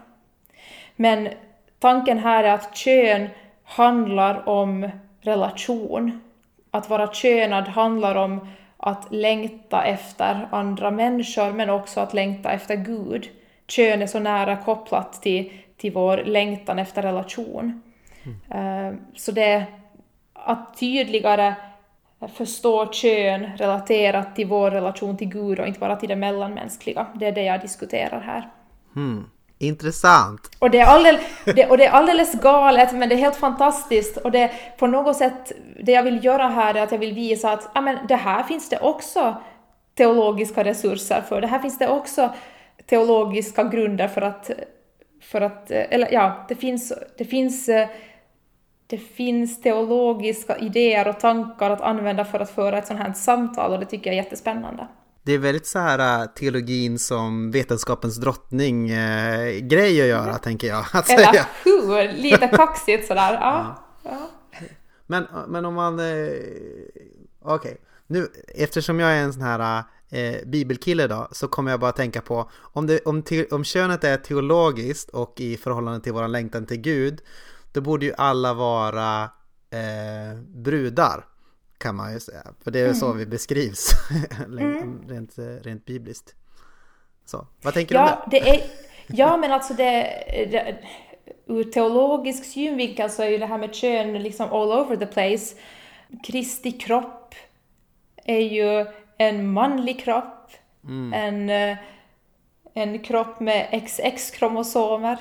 Men tanken här är att kön handlar om relation. Att vara könad handlar om att längta efter andra människor, men också att längta efter Gud. Kön är så nära kopplat till, till vår längtan efter relation. Mm. Så det är att tydligare förstå kön relaterat till vår relation till Gud och inte bara till det mellanmänskliga. Det är det jag diskuterar här. Hmm. Intressant. Och det, är alldeles, det, och det är alldeles galet, men det är helt fantastiskt. Och det på något sätt, det jag vill göra här är att jag vill visa att ja, men det här finns det också teologiska resurser för. Det här finns det också teologiska grunder för att, för att eller ja, det finns, det finns det finns teologiska idéer och tankar att använda för att föra ett sånt här samtal, och det tycker jag är jättespännande. Det är väldigt så här teologin som vetenskapens drottning eh, grej att göra, mm. tänker jag. Att Eller säga. hur? Lite kaxigt sådär. Ja. Ja. Men, men om man... Eh, Okej, okay. Nu eftersom jag är en sån här eh, bibelkille då, så kommer jag bara tänka på om, det, om, te, om könet är teologiskt och i förhållande till våran längtan till Gud, då borde ju alla vara eh, brudar, kan man ju säga. För det är mm. så vi beskrivs mm. rent, rent bibliskt. Så, vad tänker ja, du om det? det är, ja, men alltså det, det ur teologisk synvinkel så är ju det här med kön liksom all over the place. Kristi kropp är ju en manlig kropp, mm. en, en kropp med X X-kromosomer,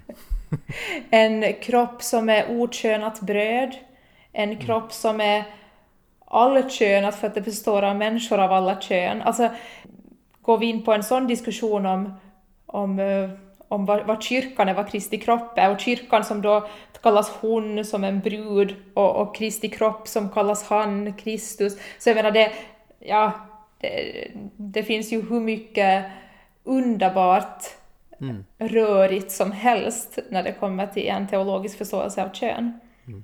en kropp som är okönat bröd, en kropp som är allkönat för att det består av människor av alla kön. Alltså, går vi in på en sån diskussion om, om, om vad, vad kyrkan är, vad Kristi kropp är, och kyrkan som då kallas hon som en brud, och, och Kristi kropp som kallas han, Kristus. Så jag menar, det, ja, det, det finns ju hur mycket underbart mm. rörigt som helst när det kommer till en teologisk förståelse av kön. Mm.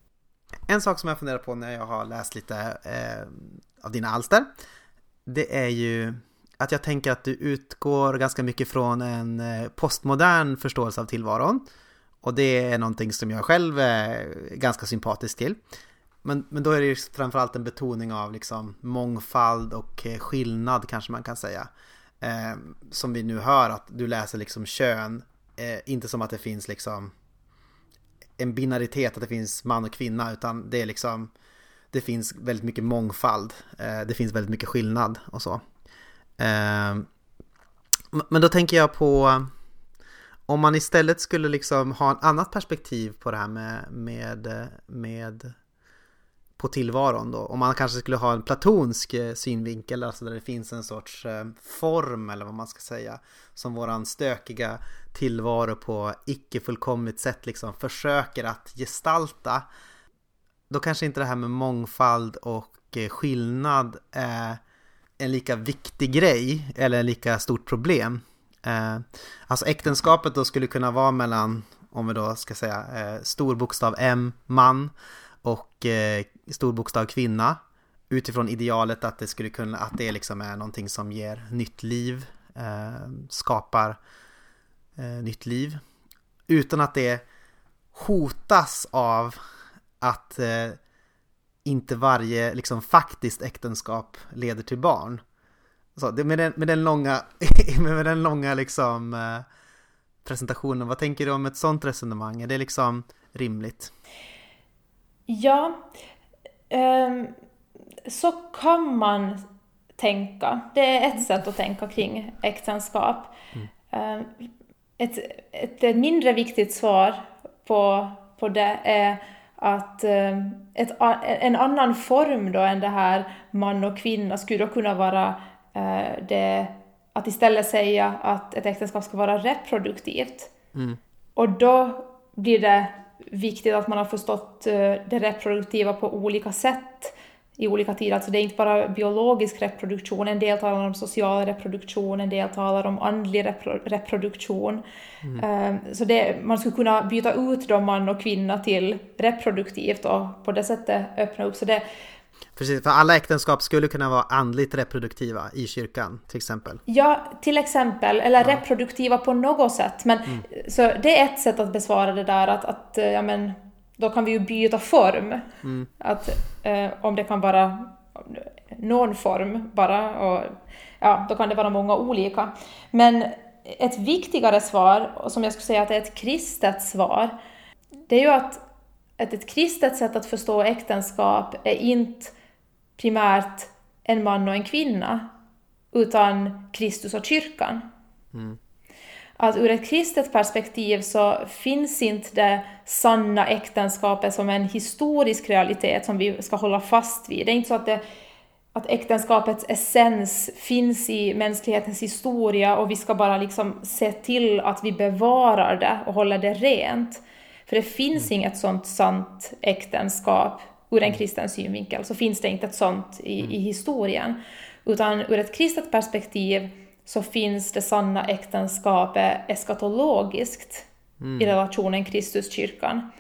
En sak som jag funderar på när jag har läst lite eh, av dina alster, det är ju att jag tänker att du utgår ganska mycket från en postmodern förståelse av tillvaron. Och det är någonting som jag själv är ganska sympatisk till. Men, men då är det ju framförallt en betoning av liksom mångfald och skillnad, kanske man kan säga. Eh, som vi nu hör att du läser liksom kön. Eh, inte som att det finns liksom en binaritet, att det finns man och kvinna, utan det är liksom, det finns väldigt mycket mångfald. Eh, det finns väldigt mycket skillnad och så. Eh, men då tänker jag på om man istället skulle liksom ha ett annat perspektiv på det här med, med, med på tillvaron då. Om man kanske skulle ha en platonsk synvinkel, alltså där det finns en sorts form, eller vad man ska säga, som våran stökiga tillvaro på icke-fullkomligt sätt liksom försöker att gestalta. Då kanske inte det här med mångfald och skillnad är en lika viktig grej eller en lika stort problem. Eh, alltså äktenskapet då skulle kunna vara mellan, om vi då ska säga eh, stor bokstav M, man, och eh, stor bokstav kvinna, utifrån idealet att det skulle kunna, att det liksom är någonting som ger nytt liv, eh, skapar eh, nytt liv, utan att det hotas av att eh, inte varje liksom faktiskt äktenskap leder till barn. Så det, med, den, med den långa med den långa liksom eh, presentationen, vad tänker du om ett sånt resonemang? Är det liksom rimligt? Ja, um, så kan man tänka. Det är ett sätt att tänka kring äktenskap. Mm. Um, ett, ett mindre viktigt svar på, på det är att um, ett, en annan form då än det här man och kvinna skulle då kunna vara uh, det, att istället säga att ett äktenskap ska vara reproduktivt. Mm. Och då blir det viktigt att man har förstått det reproduktiva på olika sätt i olika tider. Alltså det är inte bara biologisk reproduktion. En del talar om social reproduktion, en del talar om andlig repro- reproduktion. Mm. Så det, man skulle kunna byta ut då man och kvinna till reproduktivt och på det sättet öppna upp. Så det, precis, för alla äktenskap skulle kunna vara andligt reproduktiva i kyrkan, till exempel. Ja, till exempel. Eller ja. reproduktiva på något sätt. Men, mm. Så det är ett sätt att besvara det där. Att, att ja, men, då kan vi ju byta form. Mm. Att, eh, om det kan vara någon form bara. Och, ja, då kan det vara många olika. Men ett viktigare svar, och som jag skulle säga att det är ett kristet svar, det är ju att, att ett kristet sätt att förstå äktenskap är inte primärt en man och en kvinna, utan Kristus och kyrkan. Mm. Att ur ett kristet perspektiv så finns inte det sanna äktenskapet som en historisk realitet som vi ska hålla fast vid. Det är inte så att, det, att äktenskapets essens finns i mänsklighetens historia och vi ska bara liksom se till att vi bevarar det och håller det rent. För det finns mm. inget sånt sant äktenskap ur en kristen synvinkel, så finns det inte ett sånt i, i historien. Utan ur ett kristet perspektiv så finns det sanna äktenskapet eskatologiskt mm. i relationen Kristus-kyrkan.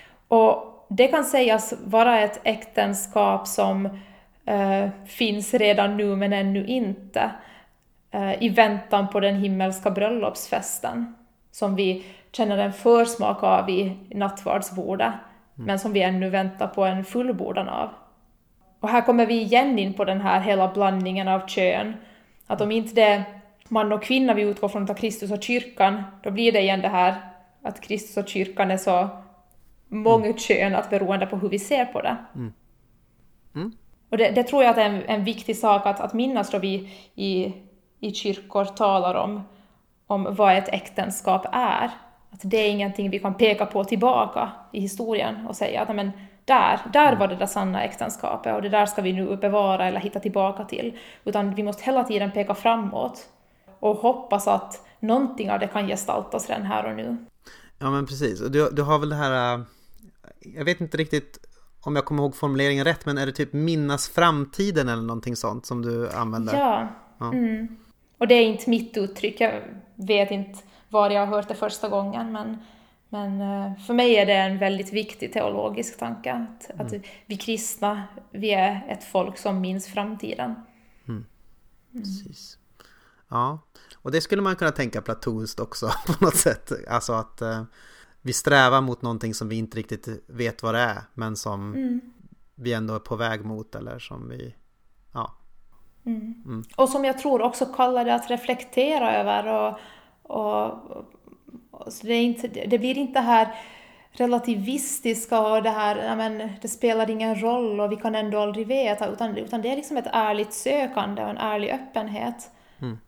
Och det kan sägas vara ett äktenskap som eh, finns redan nu men ännu inte. Eh, I väntan på den himmelska bröllopsfesten. Som vi känner en försmak av i nattvardsbordet. Mm. Men som vi ännu väntar på en fullbordan av. Och här kommer vi igen in på den här hela blandningen av kön. Att om inte det är man och kvinna vi utgår från av Kristus och kyrkan, då blir det igen det här att Kristus och kyrkan är så många mm. kön att beroende på hur vi ser på det. Mm. Mm. Och det, det tror jag att är en, en viktig sak att, att minnas då vi i, i kyrkor talar om, om vad ett äktenskap är. Att det är ingenting vi kan peka på tillbaka i historien och säga att men, där, där var det där sanna äktenskapet och det där ska vi nu bevara eller hitta tillbaka till. Utan vi måste hela tiden peka framåt och hoppas att någonting av det kan gestaltas redan här och nu. Ja men precis, och du, du har väl det här, jag vet inte riktigt om jag kommer ihåg formuleringen rätt, men är det typ minnas framtiden eller någonting sånt som du använder? Ja, ja. Mm. Och det är inte mitt uttryck, jag vet inte var jag har hört det första gången, men, men för mig är det en väldigt viktig teologisk tanke att, mm. att vi kristna, vi är ett folk som minns framtiden. Mm. Mm. Precis. Ja, och det skulle man kunna tänka platonskt också på något sätt. Alltså att eh, vi strävar mot någonting som vi inte riktigt vet vad det är, men som mm. vi ändå är på väg mot eller som vi, ja. Mm. Mm. Och som jag tror också kallar det att reflektera över och, och, och så det, är inte, det blir inte här relativistiska och det här, ja, men det spelar ingen roll och vi kan ändå aldrig veta, utan, utan det är liksom ett ärligt sökande och en ärlig öppenhet. Mm.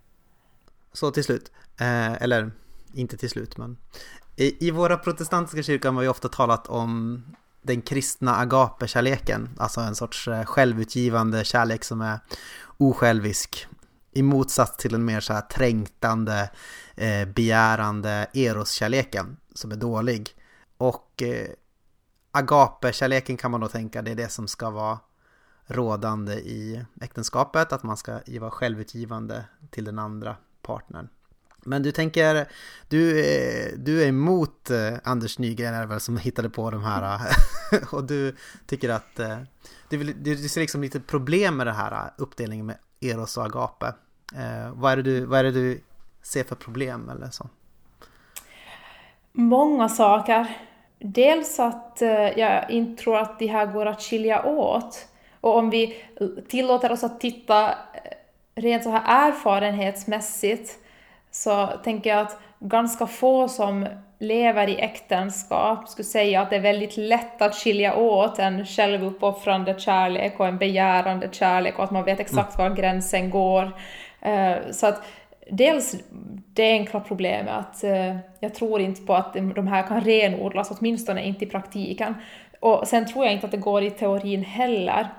Så till slut, eh, eller inte till slut, men i, i våra protestantiska kyrkan har vi ofta talat om den kristna agape-kärleken, alltså en sorts självutgivande kärlek som är osjälvisk, i motsats till en mer så här trängtande, eh, begärande eros-kärleken som är dålig. Och eh, agape-kärleken kan man då tänka, det är det som ska vara rådande i äktenskapet, att man ska vara självutgivande till den andra partnern. Men du tänker, du, du är emot eh, Anders Nygren är det väl som hittade på de här och du tycker att eh, du, du, du ser liksom lite problem med det här uppdelningen med eros och agape. Eh, vad, är det du, vad är det du ser för problem eller så? Många saker. Dels att eh, jag inte tror att det här går att skilja åt. Och om vi tillåter oss att titta rent så här erfarenhetsmässigt, så tänker jag att ganska få som lever i äktenskap skulle säga att det är väldigt lätt att skilja åt en självuppoffrande kärlek och en begärande kärlek och att man vet exakt var gränsen går. Så att dels det enkla problemet att jag tror inte på att de här kan renodlas, åtminstone inte i praktiken. Och sen tror jag inte att det går i teorin heller.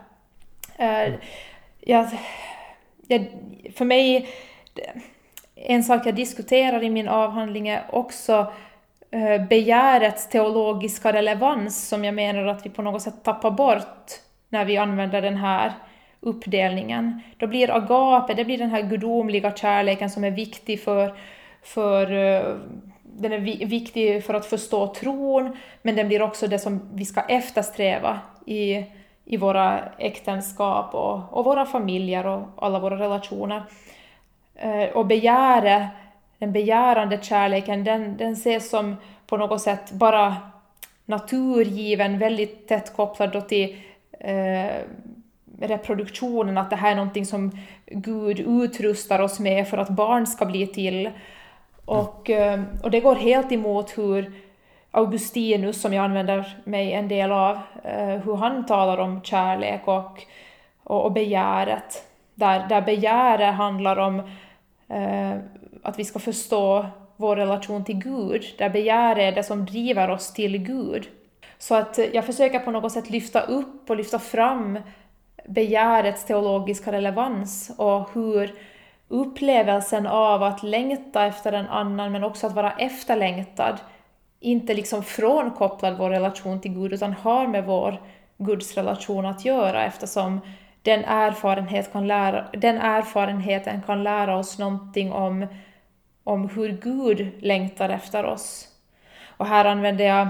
Jag, jag, för mig, en sak jag diskuterar i min avhandling är också begärets teologiska relevans, som jag menar att vi på något sätt tappar bort när vi använder den här uppdelningen. Då blir agape, det blir den här gudomliga kärleken som är viktig för, för den är viktig för att förstå tron, men den blir också det som vi ska eftersträva i, i våra äktenskap och, och våra familjer och alla våra relationer. Och begäret, den begärande kärleken, den, den ses som på något sätt bara naturgiven, väldigt tätt kopplad då till eh, reproduktionen, att det här är någonting som Gud utrustar oss med för att barn ska bli till. Och, eh, och det går helt emot hur Augustinus, som jag använder mig en del av, eh, hur han talar om kärlek och, och, och begäret. Där, där begäret handlar om eh, att vi ska förstå vår relation till Gud. Där begär är det som driver oss till Gud. Så att jag försöker på något sätt lyfta upp och lyfta fram begärets teologiska relevans och hur upplevelsen av att längta efter en annan, men också att vara efterlängtad, inte liksom frånkopplad vår relation till Gud utan har med vår Guds relation att göra, eftersom den, erfarenhet kan lära, den erfarenheten kan lära oss någonting om, om hur Gud längtar efter oss. Och här använder jag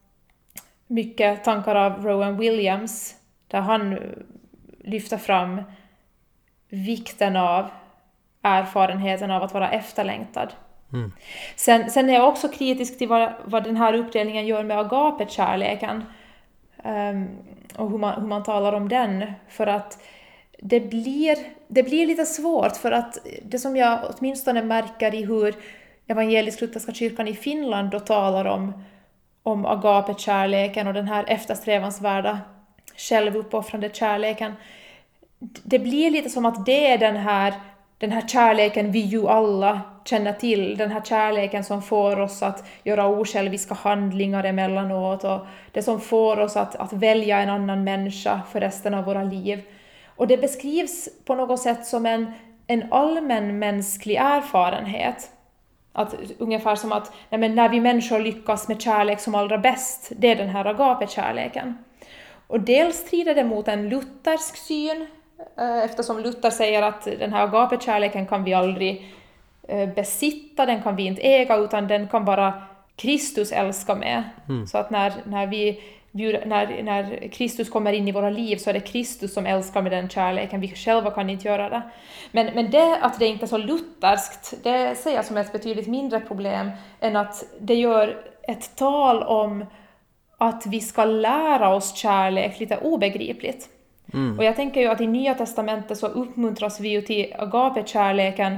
mycket tankar av Rowan Williams, där han lyfter fram vikten av erfarenheten av att vara efterlängtad. Mm. Sen, sen är jag också kritisk till vad, vad den här uppdelningen gör med agapekärleken. Um, och hur man, hur man talar om den. För att det blir, det blir lite svårt, för att det som jag åtminstone märker i hur evangelisk-lutherska kyrkan i Finland då talar om, om agapekärleken och den här eftersträvansvärda självuppoffrande kärleken. Det blir lite som att det är den här, den här kärleken vi ju alla känner till. Den här kärleken som får oss att göra osjälviska handlingar emellanåt. Och det som får oss att, att välja en annan människa för resten av våra liv. Och det beskrivs på något sätt som en, en allmän mänsklig erfarenhet. Att, ungefär som att nej men när vi människor lyckas med kärlek som allra bäst, det är den här agapekärleken. Och dels strider det mot en luthersk syn, eftersom Luther säger att den här agapekärleken kan vi aldrig besitta, den kan vi inte äga, utan den kan bara Kristus älska med. Mm. Så att när, när, vi, när, när Kristus kommer in i våra liv så är det Kristus som älskar med den kärleken, vi själva kan inte göra det. Men, men det att det inte är så lutherskt, det ser jag som ett betydligt mindre problem än att det gör ett tal om att vi ska lära oss kärlek lite obegripligt. Mm. Och jag tänker ju att i Nya testamentet så uppmuntras vi ju till agapekärleken.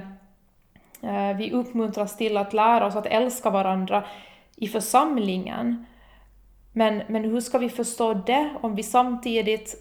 Vi uppmuntras till att lära oss att älska varandra i församlingen. Men, men hur ska vi förstå det om vi samtidigt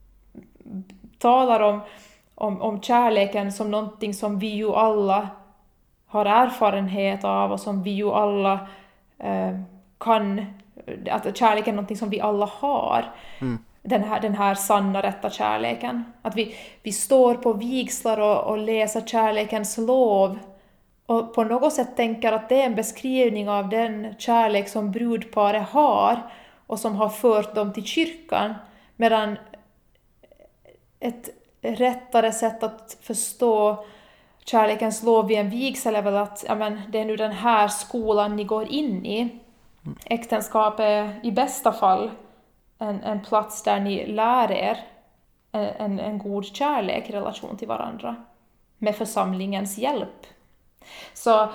talar om, om, om kärleken som någonting som vi ju alla har erfarenhet av och som vi ju alla eh, kan, att kärleken är någonting som vi alla har. Mm. Den här, den här sanna rätta kärleken. Att vi, vi står på vigslar och, och läser kärlekens lov. Och på något sätt tänker att det är en beskrivning av den kärlek som brudparet har. Och som har fört dem till kyrkan. Medan ett rättare sätt att förstå kärlekens lov vid en vigsel är väl att ja, men, det är nu den här skolan ni går in i. Äktenskap är i bästa fall En, en plats där ni lär er en, en god kärlek i relation till varandra med församlingens hjälp. Så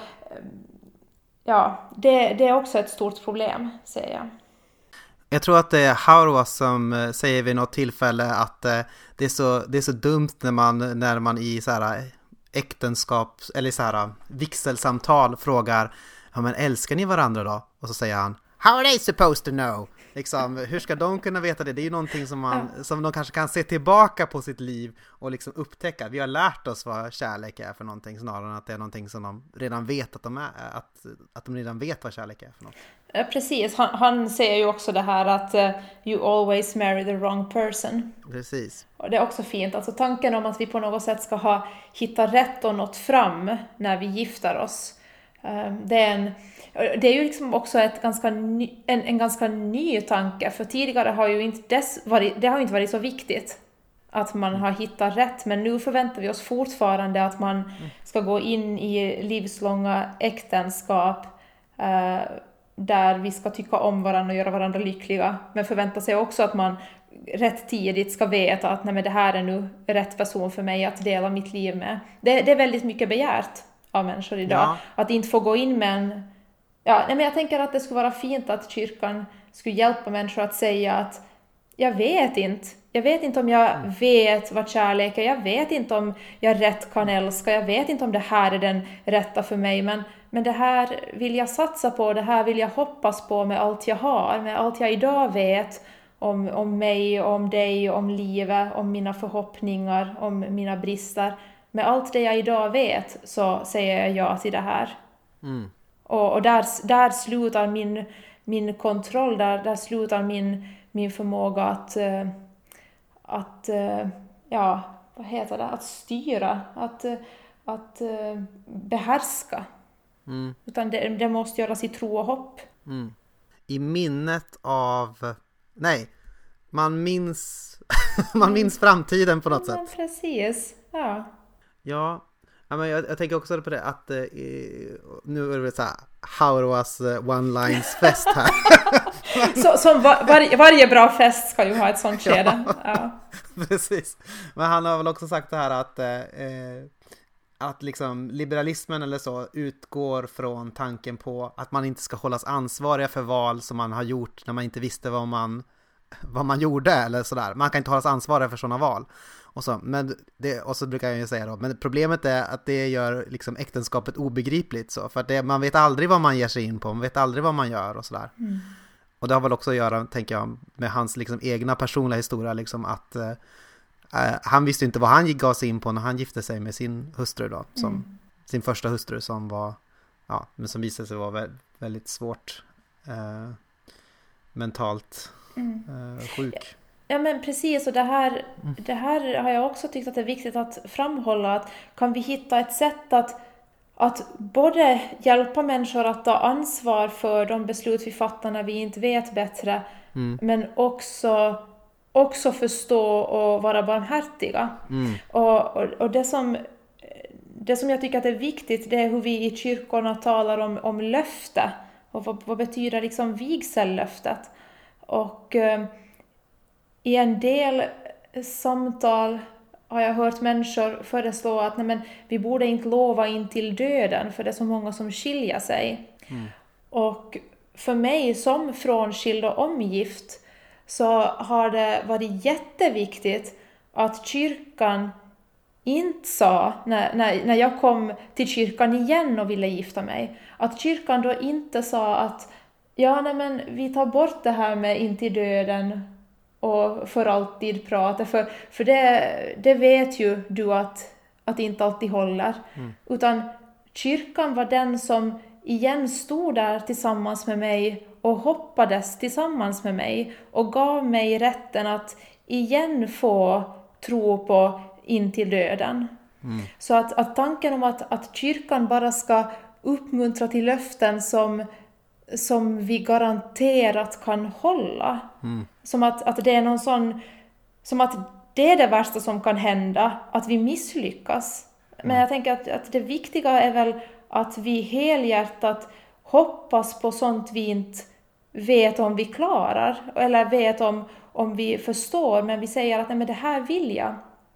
ja, det, det är också ett stort problem, säger jag. Jag tror att det är Hauerwas som säger vid något tillfälle att det är så, det är så dumt när man, när man i så här äktenskap eller så här vigselsamtal frågar ja, men älskar ni varandra då? Och så säger han How are they supposed to know? Liksom, hur ska de kunna veta det? Det är ju någonting som, man, ja. som de kanske kan se tillbaka på sitt liv och liksom upptäcka. Vi har lärt oss vad kärlek är för någonting snarare än att det är någonting som de redan vet att de är. Att, att de redan vet vad kärlek är för något. Ja, precis, han, han säger ju också det här att uh, you always marry the wrong person. Precis. Och det är också fint. Alltså tanken om att vi på något sätt ska ha hittat rätt och nått fram när vi gifter oss. Um, det är en Det är ju liksom också ett ganska ny, en, en ganska ny tanke, för tidigare har ju inte dess varit, det har ju inte varit så viktigt att man har hittat rätt, men nu förväntar vi oss fortfarande att man ska gå in i livslånga äktenskap eh, där vi ska tycka om varandra och göra varandra lyckliga, men förväntar sig också att man rätt tidigt ska veta att nej, men det här är nu rätt person för mig att dela mitt liv med. Det, det är väldigt mycket begärt av människor idag, ja. Att inte få gå in med en Ja, men jag tänker att det skulle vara fint att kyrkan skulle hjälpa människor att säga att jag vet inte. Jag vet inte om jag vet vad kärlek är. Jag vet inte om jag rätt kan älska. Jag vet inte om det här är den rätta för mig. Men, men det här vill jag satsa på. Det här vill jag hoppas på med allt jag har. Med allt jag idag vet om, om mig, om dig, om livet, om mina förhoppningar, om mina brister. Med allt det jag idag vet så säger jag ja till det här. Mm. Och, och där, där slutar min, min kontroll, där, där slutar min, min förmåga att, uh, att uh, ja, vad heter det? Att styra, att, uh, att uh, behärska. Mm. Utan det, det måste göras i tro och hopp. Mm. i minnet av... Nej, man minns, man minns framtiden på något Ja, sätt. precis, ja. Ja, ja men jag, jag tänker också på det att eh, nu är det så här how it was one-lines fest här. Så, som var, var, varje bra fest ska ju ha ett sånt skede. Ja, ja. Precis. Men han har väl också sagt det här att eh, att liksom liberalismen eller så utgår från tanken på att man inte ska hållas ansvariga för val som man har gjort när man inte visste vad man vad man gjorde eller sådär. Man kan inte hållas ansvariga för sådana val. Och så, men det, och så brukar jag ju säga då, men problemet är att det gör liksom äktenskapet obegripligt så, för att det, man vet aldrig vad man ger sig in på, man vet aldrig vad man gör och sådär. Mm. Och det har väl också att göra, tänker jag, med hans liksom egna personliga historia, liksom att eh, han visste inte vad han gav sig in på när han gifte sig med sin hustru då, som mm. sin första hustru som var, ja, men som visade sig vara vä- väldigt svårt eh, mentalt mm. eh, sjuk. Ja men precis, och det här, det här har jag också tyckt att det är viktigt att framhålla, att kan vi hitta ett sätt att, att både hjälpa människor att ta ansvar för de beslut vi fattar när vi inte vet bättre, mm. men också, också förstå och vara barmhärtiga. Mm. Och, och, och det, som, det som jag tycker att är viktigt, det är hur vi i kyrkorna talar om, om löfte, och vad, vad betyder liksom vigsellöftet. Och i en del samtal har jag hört människor föreslå att nej, men vi borde inte lova in till döden för det är så många som skiljer sig. Mm. Och för mig som frånskild och omgift så har det varit jätteviktigt att kyrkan inte sa, när, när, när jag kom till kyrkan igen och ville gifta mig, att kyrkan då inte sa att ja, nej, men vi tar bort det här med in till döden och för alltid prata, för, för det, det vet ju du att, att det inte alltid håller. Mm. Utan kyrkan var den som igen stod där tillsammans med mig och hoppades tillsammans med mig och gav mig rätten att igen få tro på in till döden. Mm. Så att, att tanken om att, att kyrkan bara ska uppmuntra till löften som som vi garanterat kan hålla. Mm. Som att, att det är någon sån, som att det är det värsta som kan hända, att vi misslyckas. Mm. Men jag tänker att, att det viktiga är väl att vi helhjärtat hoppas på sånt vi inte vet om vi klarar, eller vet om, om vi förstår, men vi säger att nej, men det här vill jag.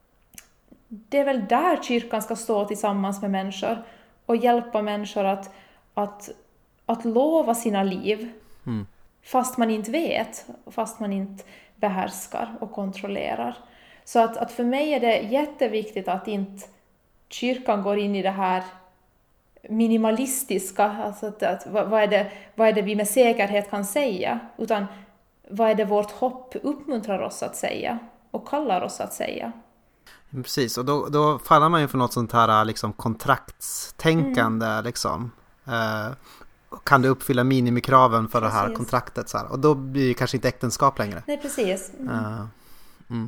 Det är väl där kyrkan ska stå tillsammans med människor och hjälpa människor att, att att lova sina liv mm. fast man inte vet, fast man inte behärskar och kontrollerar. Så att, att för mig är det jätteviktigt att inte kyrkan går in i det här minimalistiska, alltså att, att, vad, är det, vad är det vi med säkerhet kan säga, utan vad är det vårt hopp uppmuntrar oss att säga och kallar oss att säga. Precis, och då, då faller man ju för något sånt här liksom kontraktstänkande mm. liksom. Uh, kan du uppfylla minimikraven för precis. Det här kontraktet så här. Och då blir det kanske inte äktenskap längre. Nej, precis. Mm. Uh, mm.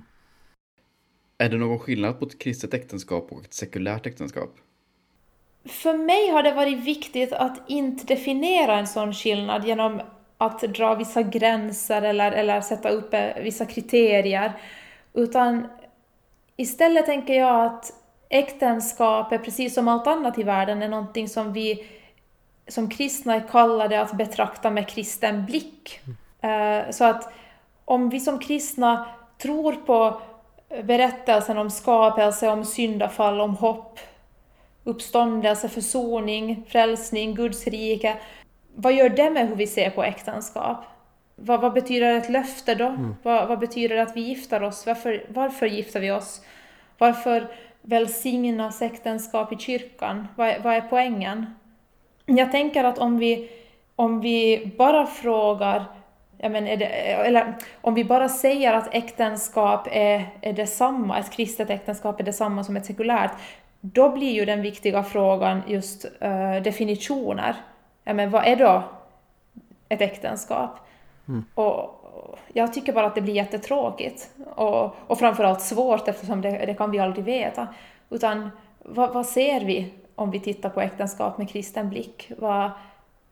Är det någon skillnad på ett kristet äktenskap och ett sekulärt äktenskap? För mig har det varit viktigt att inte definiera en sån skillnad genom att dra vissa gränser eller, eller sätta upp vissa kriterier. Utan istället tänker jag att äktenskap är precis som allt annat i världen är någonting som vi som kristna kallar det att betrakta med kristen blick. Mm. Så att om vi som kristna tror på berättelsen om skapelse, om syndafall, om hopp, uppståndelse, försoning, frälsning, Guds rike, vad gör det med hur vi ser på äktenskap? Vad, vad betyder ett löfte då? Mm. Vad, vad betyder det att vi gifter oss? Varför, varför gifter vi oss? Varför välsignas äktenskap i kyrkan? Vad, vad är poängen? Jag tänker att om vi, om vi bara frågar, jag men är det, eller om vi bara säger att äktenskap är, är detsamma, ett kristet äktenskap är detsamma som ett sekulärt, då blir ju den viktiga frågan just uh, definitioner. Ja, men vad är då ett äktenskap? Mm. Och jag tycker bara att det blir jättetråkigt och, och framförallt svårt eftersom det, det kan vi aldrig veta. Utan vad, vad ser vi? Om vi tittar på äktenskap med kristen blick, vad,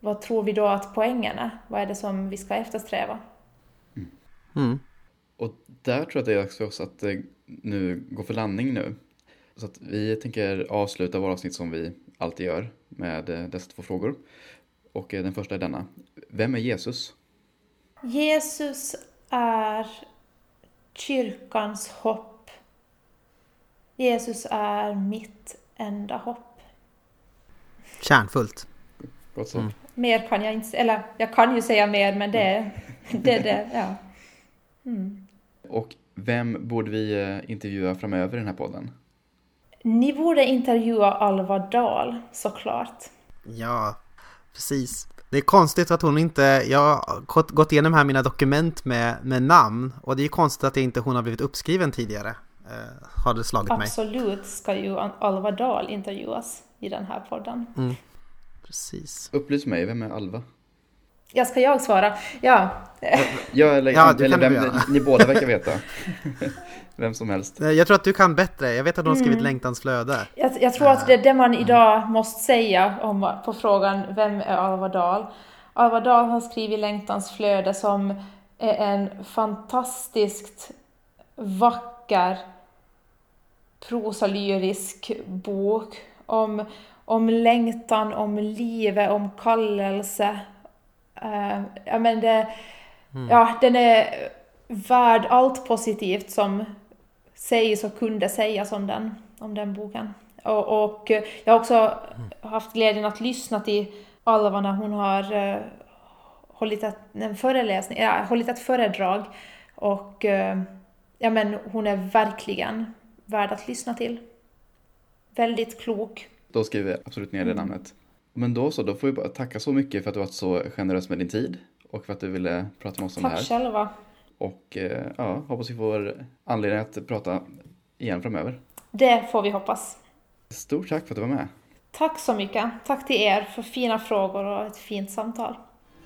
vad tror vi då att poängen är? Vad är det som vi ska eftersträva? Mm. Mm. Och där tror jag att det är dags för oss att eh, nu gå för landning nu. Så att vi tänker avsluta våra avsnitt som vi alltid gör med eh, dessa två frågor. Och eh, den första är denna. Vem är Jesus? Jesus är kyrkans hopp. Jesus är mitt enda hopp. Kärnfullt. Gott så. Mm. Mer kan jag inte, eller jag kan ju säga mer, men det det, det ja. Mm. Och vem borde vi eh, intervjua framöver i den här podden? Ni borde intervjua Alva Dahl, såklart. Ja, precis. Det är konstigt att hon inte... Jag har gått, gått igenom här mina dokument med, med namn. Och det är konstigt att det inte hon har blivit uppskriven tidigare. Eh, har det slagit mig. Absolut ska ju Alva Dahl intervjuas i den här podden. Mm. Precis. Upplys mig, vem är Alva? Ja, ska jag svara? Ja. Ja, eller, Ja, du eller kan vem, göra. ni båda verkar veta. Vem som helst. Eh, Jag tror att du kan bättre. Jag vet att hon har skrivit Mm. Längtans flöde. Jag, jag tror att det är det man idag måste säga om, på frågan vem är Alva Dahl. Alva Dahl har skrivit Längtans flöde som är en fantastiskt vacker prosalyrisk bok om, om längtan, om livet, om kallelse. Uh, ja, men det, Mm. ja, den är värd allt positivt som sägs och kunde sägas om den, om den boken. Och, och jag har också haft glädjen att lyssna till Alva när hon har uh, hållit ett, en föreläsning, ja, hållit ett föredrag. Och uh, ja, men hon är verkligen värd att lyssna till. Väldigt klok. Då skriver jag absolut ner det namnet. Men då så, då får vi bara tacka så mycket för att du var så generös med din tid. Och för att du ville prata med oss om det här. Tack själva. Och eh, ja, hoppas vi får anledning att prata igen framöver. Det får vi hoppas. Stort tack för att du var med. Tack så mycket. Tack till er för fina frågor och ett fint samtal.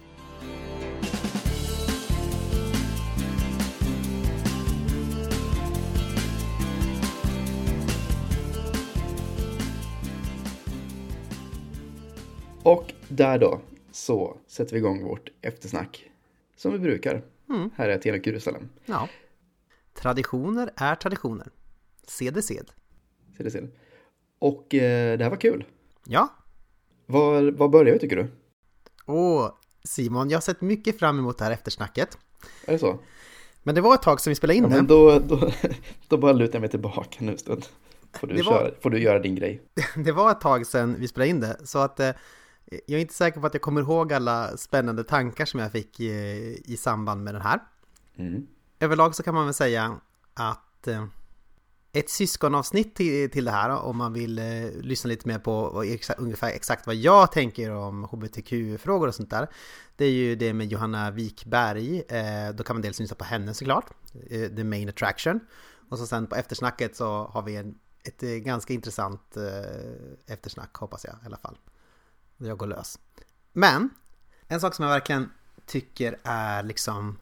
Och där då så sätter vi igång vårt eftersnack. Som vi brukar. Mm. Här är Tenak Jerusalem. Ja. Traditioner är traditioner. Sed är sed. Se det, se det. Och eh, det här var kul. Ja. Var, var börjar vi tycker du? Åh, Simon, jag har sett mycket fram emot det här eftersnacket. Är det så? Men det var ett tag sedan vi spelade in Ja, det. men då, då, då bara lutar jag mig tillbaka nu en stund. Får du, Det var- köra, får du göra din grej. Det var ett tag sedan vi spelade in det. Så att eh, jag är inte säker på att jag kommer ihåg alla spännande tankar som jag fick i, i samband med den här. Mm. Överlag så kan man väl säga att eh, ett syskonavsnitt till, till det här, om man vill eh, lyssna lite mer på vad, exa, ungefär exakt vad jag tänker om H B T Q-frågor och sånt där. Det är ju det med Johanna Wikberg. Eh, då kan man dels lyssna på henne såklart. Eh, The Main Attraction. Och så sen på eftersnacket så har vi en, ett eh, ganska intressant eh, eftersnack, hoppas jag i alla fall. Där jag går lös. Men en sak som jag verkligen tycker är liksom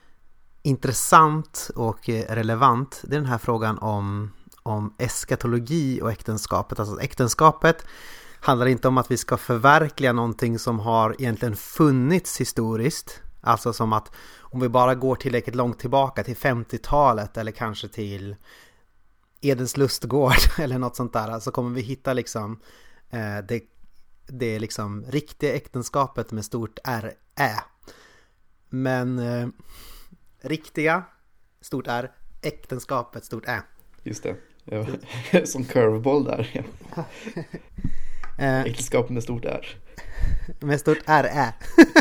intressant och relevant, det är den här frågan om, om eskatologi och äktenskapet. Alltså äktenskapet handlar inte om att vi ska förverkliga någonting som har egentligen funnits historiskt. Alltså som att om vi bara går tillräckligt långt tillbaka till femtiotalet eller kanske till Edens lustgård eller något sånt där, så kommer vi hitta liksom eh, det, det liksom riktiga äktenskapet med stort R Ä. Men eh, riktiga, stort R, äktenskapet, stort Ä. Just det. Ja. Som curveball där. Ja. Eh, Äktenskap med stort R. med stort R Ä.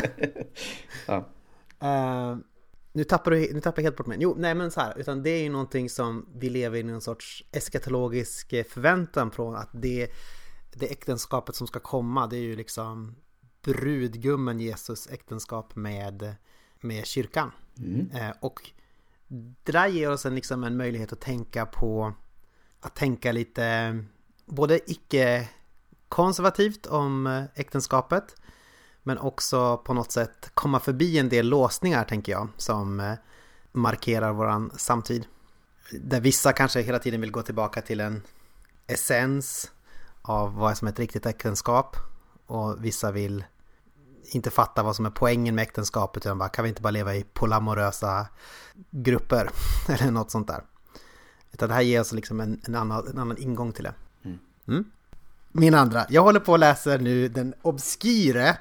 Ja. Uh, nu tappar du nu tappar jag helt bort mig. Jo, nej men så här, utan det är ju någonting som vi lever i någon sorts eskatologisk förväntan från att det, det äktenskapet som ska komma, det är ju liksom brudgummen Jesus äktenskap med, med kyrkan. Mm. Uh, och det där ger oss en, liksom en möjlighet att tänka på, att tänka lite både icke-konservativt om äktenskapet, men också på något sätt komma förbi en del låsningar, tänker jag, som markerar våran samtid. Där vissa kanske hela tiden vill gå tillbaka till en essens av vad som är ett riktigt äktenskap, och vissa vill inte fattar vad som är poängen med äktenskapet, utan bara, kan vi inte bara leva i polyamorösa grupper eller något sånt där. Utan det här ger oss liksom en, en, annan, en annan ingång till det. Mm. Mm. Min andra, jag håller på att läsa nu den obskyre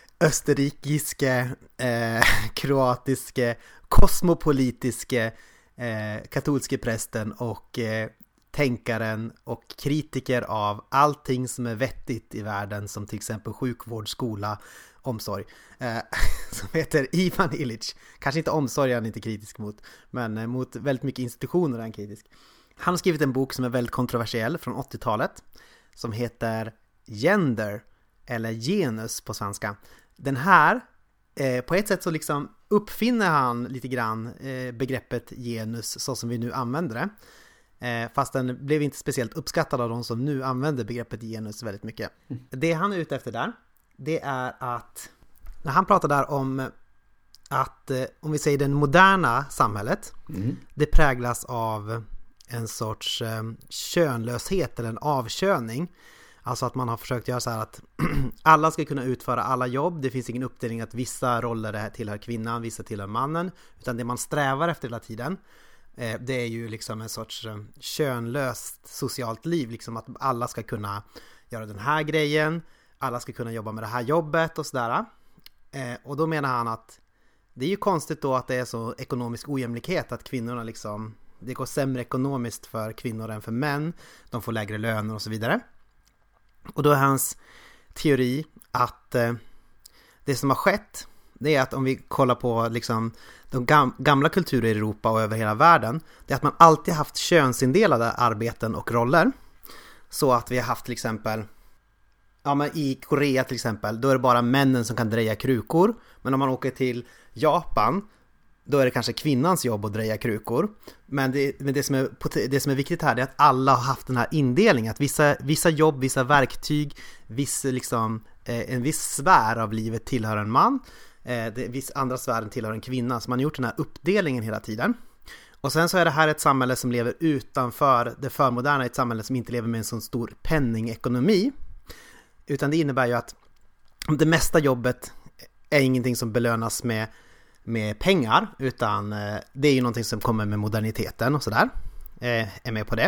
österrikiske, eh, kroatiske, kosmopolitiske, eh, katolske prästen och eh, tänkaren och kritiker av allting som är vettigt i världen, som till exempel sjukvård, skola, omsorg, eh, som heter Ivan Illich. Kanske inte omsorg är han inte kritisk mot, men eh, mot väldigt mycket institutioner är han kritisk. Han har skrivit en bok som är väldigt kontroversiell från åttiotalet som heter Gender, eller genus på svenska. Den här, eh, på ett sätt så liksom uppfinner han lite grann eh, begreppet genus så som vi nu använder det. Eh, fast den blev inte speciellt uppskattad av de som nu använder begreppet genus väldigt mycket. Mm. Det han är ute efter där, det är att när han pratar där om att, eh, om vi säger det moderna samhället, mm. det präglas av en sorts eh, könlöshet eller en avköning. Alltså att man har försökt göra så här att alla ska kunna utföra alla jobb. Det finns ingen uppdelning att vissa roller tillhör kvinnan, vissa tillhör mannen. Utan det man strävar efter hela tiden, eh, det är ju liksom en sorts eh, könlöst socialt liv. Liksom att alla ska kunna göra den här grejen. Alla ska kunna jobba med det här jobbet och sådär. Eh, och då menar han att det är ju konstigt då att det är så ekonomisk ojämlikhet. Att kvinnorna liksom, det går sämre ekonomiskt för kvinnor än för män. De får lägre löner och så vidare. Och då är hans teori att eh, det som har skett, det är att om vi kollar på liksom de gam- gamla kulturer i Europa och över hela världen, det är att man alltid haft könsindelade arbeten och roller. Så att vi har haft till exempel, ja men i Korea till exempel, då är det bara männen som kan dreja krukor. Men om man åker till Japan, då är det kanske kvinnans jobb att dreja krukor. Men det, men det, som är, det som är viktigt här är att alla har haft den här indelningen. Att vissa, vissa jobb, vissa verktyg, viss, liksom, eh, en viss sfär av livet tillhör en man. Eh, det, viss andra sfären tillhör en kvinna. Så man har gjort den här uppdelningen hela tiden. Och sen så är det här ett samhälle som lever utanför det förmoderna. Ett samhälle som inte lever med en sån stor penningekonomi. Utan det innebär ju att det mesta jobbet är ingenting som belönas med med pengar, utan eh, det är ju någonting som kommer med moderniteten och sådär. Eh, är med på det.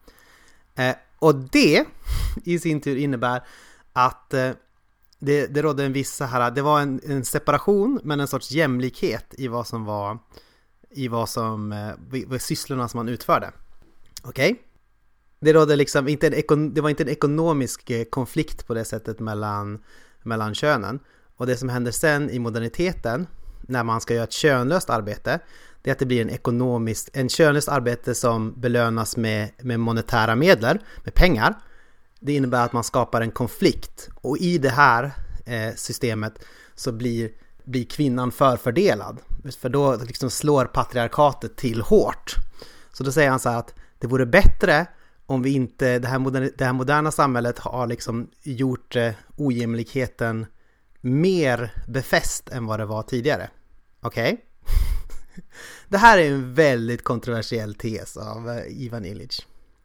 Eh, och det i sin tur innebär att eh, det, det rådde en viss så här, det var en, en separation men en sorts jämlikhet i vad som var i vad som eh, sysslorna som man utförde. Okej? Okay? Det rådde liksom inte en ekon, det var inte en ekonomisk eh, konflikt på det sättet mellan, mellan könen. Och det som händer sen i moderniteten när man ska göra ett könlöst arbete, det är att det blir en ekonomiskt, en könlöst arbete som belönas med, med monetära medel, med pengar. Det innebär att man skapar en konflikt, och i det här eh, systemet så blir, blir kvinnan förfördelad. För då liksom slår patriarkatet till hårt. Så då säger han så här att det vore bättre om vi inte, det här moderna, det här moderna samhället har liksom gjort eh, ojämlikheten mer befäst än vad det var tidigare. Okej? Okay? Det här är en väldigt kontroversiell tes av Ivan Illich.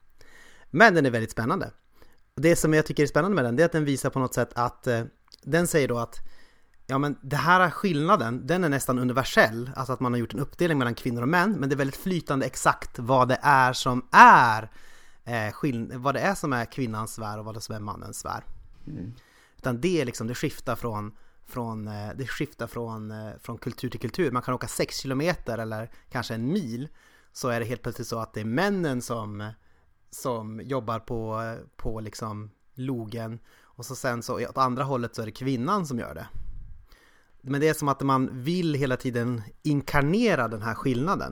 Men den är väldigt spännande. Det som jag tycker är spännande med den, det är att den visar på något sätt att eh, den säger då att ja, men det här skillnaden, den är nästan universell. Alltså att man har gjort en uppdelning mellan kvinnor och män, men det är väldigt flytande exakt vad det är som är eh, skill- vad det är som är kvinnans sfär och vad det som är mannens sfär. Mm. Utan det är liksom, det skiftar från från det skiftar från från kultur till kultur. Man kan åka sex kilometer eller kanske en mil, så är det helt plötsligt så att det är männen som som jobbar på på liksom logen, och så sen så åt andra hållet så är det kvinnan som gör det. Men det är som att man vill hela tiden inkarnera den här skillnaden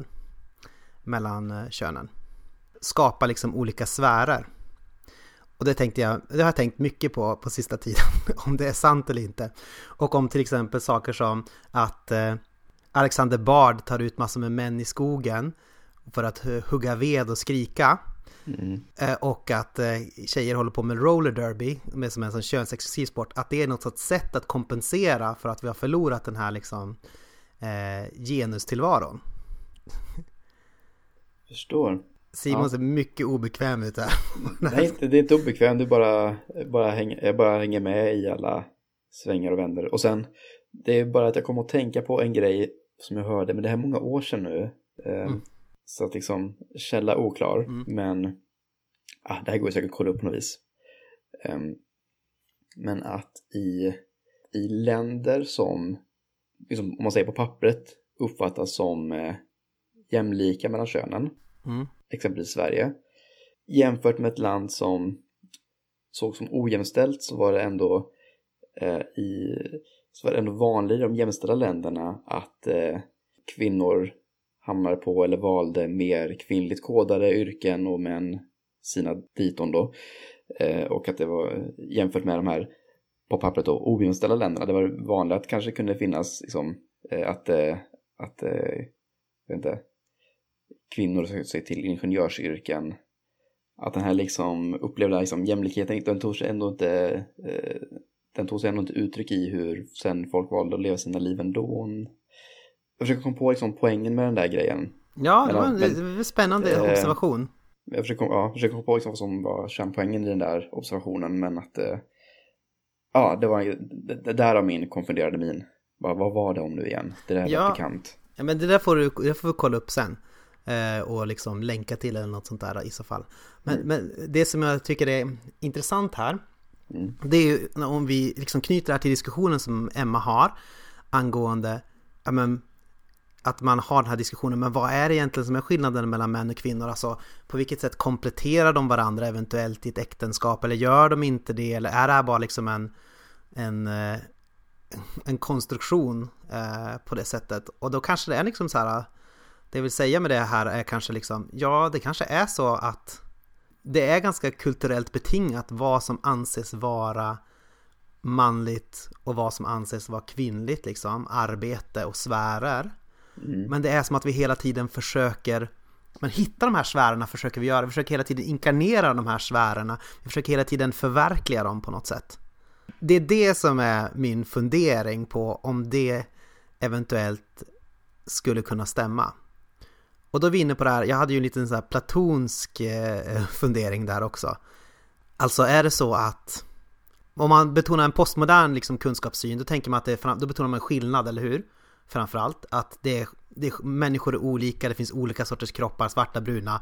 mellan könen. Skapa liksom olika sfärer. Och det tänkte jag, det har jag tänkt mycket på på sista tiden, om det är sant eller inte. Och om till exempel saker som att eh, Alexander Bard tar ut massor med män i skogen för att hugga ved och skrika. Mm. Eh, och att eh, tjejer håller på med roller derby, med som en sån könsexklusivsport, att det är något sorts sätt att kompensera för att vi har förlorat den här liksom eh, genustillvaron. Förstår. Simon ja. Ser mycket obekväm ut här. Nej, det är inte obekväm. Du bara, bara hänger, jag bara hänger med i alla svängar och vänder. Och sen det är bara att jag kommer att tänka på en grej som jag hörde, men det här är många år sedan nu. Mm. Så att liksom, källa oklar, mm. men ah, det här går säkert att kolla upp på något vis. Um, men att i, i länder som, liksom, om man säger på pappret, uppfattas som eh, jämlika mellan könen, mm. exempelvis Sverige, jämfört med ett land som såg som ojämställt, så var det ändå eh, i så var det ändå vanligt i de jämställda länderna att eh, kvinnor hamnar på eller valde mer kvinnligt kodade yrken och män sina diton då. Eh, och att det var jämfört med de här på pappret då ojämställda länderna. Det var vanligt att det kanske kunde finnas liksom, eh, att, eh, att eh, jag vet inte, kvinnor sökte sig till ingenjörsyrken. Att den här liksom upplevda liksom, jämlikheten, den tog sig ändå inte eh, den tog sig ändå inte uttryck i hur sen folk valde att leva sina liv ändå. Jag försöker komma på liksom, poängen med den där grejen. Ja, det var en, men, det var en spännande eh, observation. Jag försöker, ja, försöker komma på liksom, vad som var kärnpoängen i den där observationen, men att eh, ja, det var det, det där av min konfunderade min. Bara, vad var det om nu igen? Det där är ja, bekant. Ja, men det där får du det får vi kolla upp sen. Och liksom länka till eller något sånt där i så fall. Men, mm. men det som jag tycker är intressant här, mm. det är ju om vi liksom knyter det här till diskussionen som Emma har angående ja, men, att man har den här diskussionen, men vad är det egentligen som är skillnaden mellan män och kvinnor? Alltså på vilket sätt kompletterar de varandra eventuellt i ett äktenskap, eller gör de inte det, eller är det här bara liksom en en, en konstruktion eh, på det sättet? Och då kanske det är liksom så här. Det vill säga med det här är kanske liksom, ja, det kanske är så att det är ganska kulturellt betingat vad som anses vara manligt och vad som anses vara kvinnligt, liksom, arbete och sfärer. Mm. Men det är som att vi hela tiden försöker, men hitta de här sfärerna försöker vi göra, vi försöker hela tiden inkarnera de här sfärerna, vi försöker hela tiden förverkliga dem på något sätt. Det är det som är min fundering på om det eventuellt skulle kunna stämma. Och då är vi inne på det här, jag hade ju en liten så här platonsk eh, fundering där också. Alltså är det så att om man betonar en postmodern liksom, kunskapssyn, då tänker man att det är, då betonar man skillnad, eller hur? Framförallt att det är, det är, människor är olika, det finns olika sorters kroppar, svarta, bruna,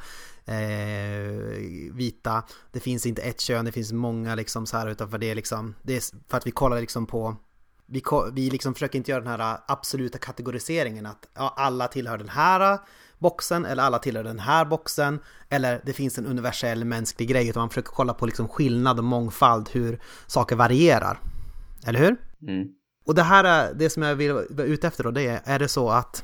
eh, vita. Det finns inte ett kön, det finns många liksom så här, utan för det är liksom, det är för att vi kollar liksom på Vi, vi liksom försöker inte göra den här absoluta kategoriseringen att ja, alla tillhör den här boxen eller alla tillhör den här boxen, eller det finns en universell mänsklig grej, utan man försöker kolla på liksom skillnad och mångfald, hur saker varierar. Eller hur? Mm. Och det här är det som jag vill vara ute efter då, det är, är det så att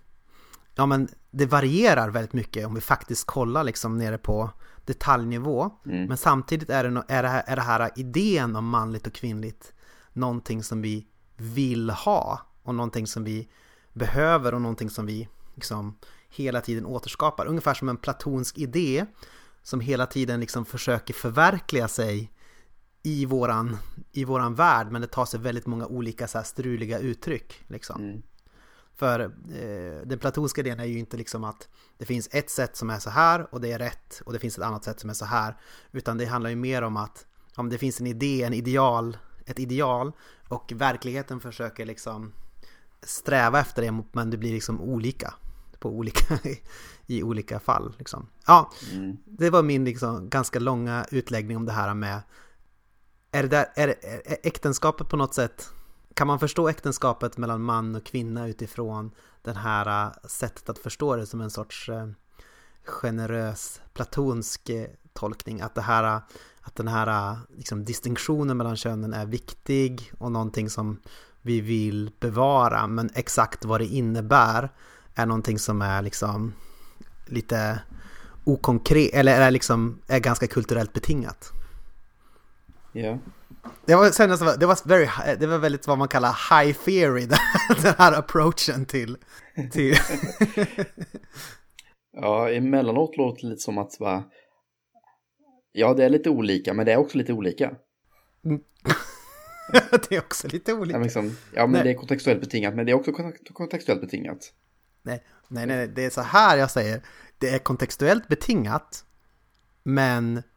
ja, men det varierar väldigt mycket om vi faktiskt kollar liksom nere på detaljnivå, mm. men samtidigt är det, är, det här, är det här idén om manligt och kvinnligt någonting som vi vill ha och någonting som vi behöver och någonting som vi liksom hela tiden återskapar. Ungefär som en platonsk idé som hela tiden liksom försöker förverkliga sig i våran, i våran värld, men det tar sig väldigt många olika så här struliga uttryck liksom. Mm. För eh, den platonska idén är ju inte liksom att det finns ett sätt som är så här och det är rätt, och det finns ett annat sätt som är så här, utan det handlar ju mer om att om det finns en idé, en ideal ett ideal, och verkligheten försöker liksom sträva efter det, men det blir liksom olika på olika i olika fall liksom. Ja, mm. Det var min liksom ganska långa utläggning om det här med är det där, är, är äktenskapet på något sätt, kan man förstå äktenskapet mellan man och kvinna utifrån den här uh, sättet att förstå det som en sorts uh, generös platonsk uh, tolkning, att det här uh, att den här liksom, distinktionen mellan könen är viktig och någonting som vi vill bevara, men exakt vad det innebär är någonting som är liksom lite okonkret, eller är liksom är ganska kulturellt betingat. Ja. Yeah. Det var sen alltså, det var very det var väldigt vad man kallar high theory, den här approachen till till ja, emellanåt låter det lite som att va, ja, det är lite olika, men det är också lite olika. Mm. Det är också lite olika. Ja, liksom, ja men nej. Det är kontextuellt betingat, men det är också kontextuellt betingat. Nej, nej, nej, det är så här jag säger. Det är kontextuellt betingat, men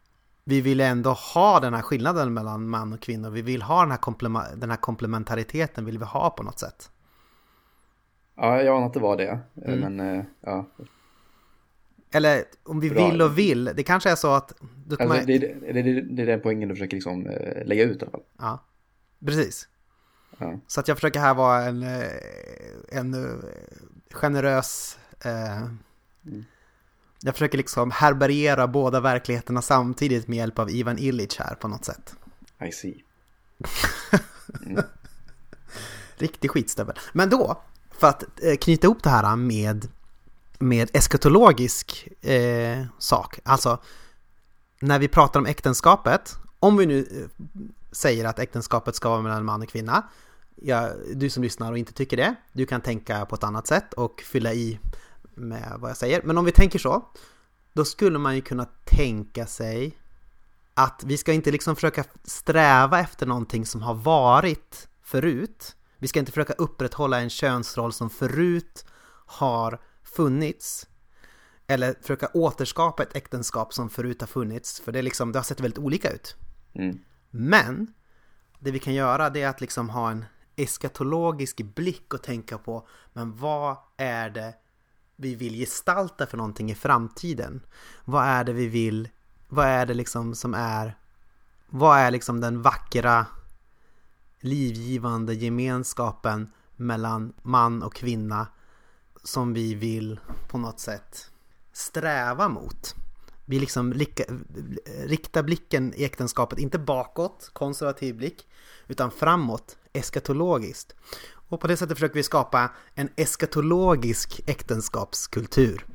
vi vill ändå ha den här skillnaden mellan man och kvinnor. Vi vill ha den här, komplema- den här komplementariteten vill vi ha på något sätt. Ja, jag anar att det var det. Mm. Men, ja. Eller om vi Bra. vill och vill. Det kanske är så att... Då kan Alltså, man... det, det, det, det är den poängen du försöker liksom äh, lägga ut i alla fall. Ja, precis. Ja. Så att jag försöker här vara en, en generös... Eh, mm. Jag försöker liksom härbärgera båda verkligheterna samtidigt med hjälp av Ivan Illich här på något sätt. I see. Mm. Riktig skitstövel. Men då, för att eh, knyta ihop det här med, med eskatologisk eh, sak. Alltså, när vi pratar om äktenskapet, om vi nu eh, säger att äktenskapet ska vara mellan en man och kvinna. Ja, du som lyssnar och inte tycker det, du kan tänka på ett annat sätt och fylla i med vad jag säger. Men om vi tänker så, då skulle man ju kunna tänka sig att vi ska inte liksom försöka sträva efter någonting som har varit förut. Vi ska inte försöka upprätthålla en könsroll som förut har funnits. Eller försöka återskapa ett äktenskap som förut har funnits. För det, är liksom, det har sett väldigt olika ut. Mm. Men det vi kan göra, det är att liksom ha en eskatologisk blick och tänka på, men vad är det vi vill gestalta för någonting i framtiden? Vad är det vi vill, vad är det liksom som är, vad är liksom den vackra livgivande gemenskapen mellan man och kvinna som vi vill på något sätt sträva mot? Vi liksom lika, riktar blicken i äktenskapet inte bakåt, konservativ blick, utan framåt, eskatologiskt. Och på det sättet försöker vi skapa en eskatologisk äktenskapskultur.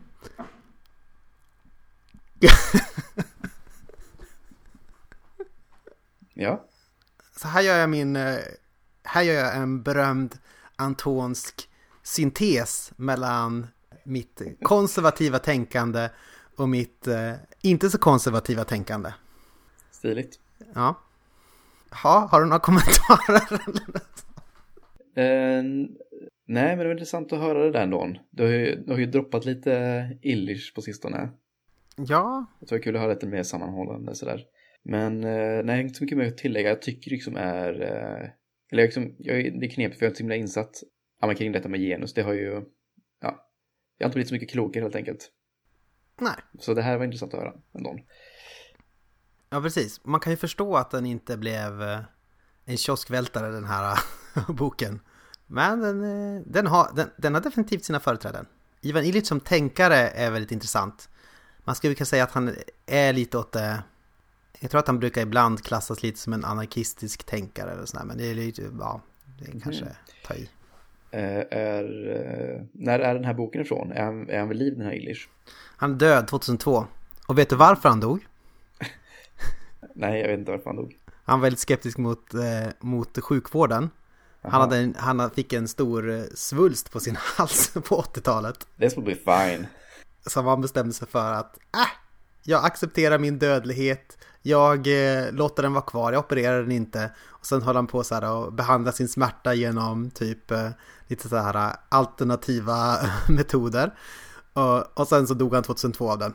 Ja. Så här gör jag min, här gör jag en berömd antonsk syntes mellan mitt konservativa tänkande och mitt eh, inte så konservativa tänkande. Stiligt. Ja. Ha, har du några kommentarer? eh, nej, men det var intressant att höra det där ändå. Du har ju, du har ju droppat lite Illich på sistone. Ja. Det var kul att höra lite mer sammanhållande sådär. Men eh, nej, jag har inte så mycket mer att tillägga. Jag tycker liksom är... Eh, eller liksom, jag, det är knepigt för jag är inte så himla insatt ja, kring detta med genus. Det har ju... Ja, jag har inte blivit så mycket klokare helt enkelt. Nej. Så det här var intressant att höra ändå. Ja, precis. Man kan ju förstå att den inte blev en kioskvältare, den här boken. Men den, den, har, den, den har definitivt sina företräden. Ivan Illich som tänkare är väldigt intressant. Man skulle kunna säga att han är lite åt det... Jag tror att han brukar ibland klassas lite som en anarkistisk tänkare eller sådär. Men det är lite... Ja, det är kanske mm. ta i. Uh, är, uh, när är den här boken ifrån? Är han, är han vid liv, den här Illich? Han är död tjugohundratvå. Och vet du varför han dog? Nej, jag vet inte varför han dog. Han var väldigt skeptisk mot, eh, mot sjukvården. Han, hade en, han fick en stor svulst på sin hals på åttiotalet. This will be fine. Så han bestämde sig för att äh, jag accepterar min dödlighet. Jag eh, låter den vara kvar. Jag opererar den inte. Och sen höll han på så här och behandla sin smärta genom typ eh, lite så här alternativa metoder. Och, och sen så dog han tjugohundratvå av den.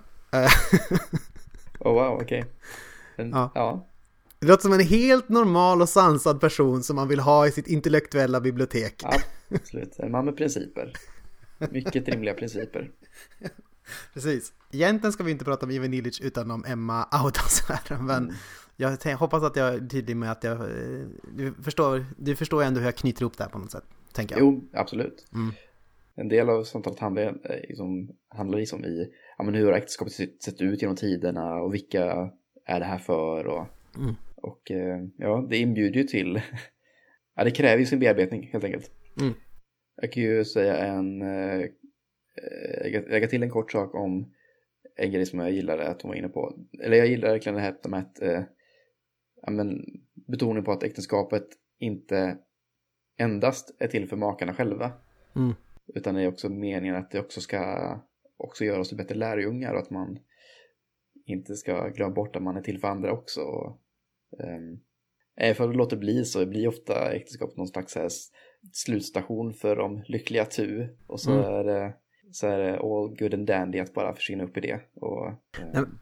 Oh wow, okej. Okay. Ja. ja. Det låter som en helt normal och sansad person som man vill ha i sitt intellektuella bibliotek. Ja, absolut. En man med principer. Mycket rimliga principer. Precis. Egentligen ska vi inte prata om Ivan Illich utan om Emma Audas här. Men mm. jag hoppas att jag är tydlig med att jag... Du förstår, du förstår ändå hur jag knyter ihop det här på något sätt, tänker jag. Jo, absolut. Mm. En del av samtalet handlar, liksom, handlar liksom i ja, men hur har äktenskapet sett ut genom tiderna och vilka är det här för och... Mm. Och ja, det inbjuder ju till... ja, det kräver ju sin bearbetning, helt enkelt. Mm. Jag kan ju säga en... Äh, lägga till en kort sak om en grej som jag gillade att hon var inne på. Eller jag gillar verkligen det här med att... Äh, ja, men, betoning på att äktenskapet inte endast är till för makarna själva. Mm. Utan det är också meningen att det också ska också göra oss till bättre lärjungar och att man inte ska glömma bort att man är till för andra också. Um, för att det låter bli så blir ofta äktenskapet någon slags här slutstation för de lyckliga tu och så, mm. är det, så är det all good and dandy att bara försvinna upp i det och, um... Nej,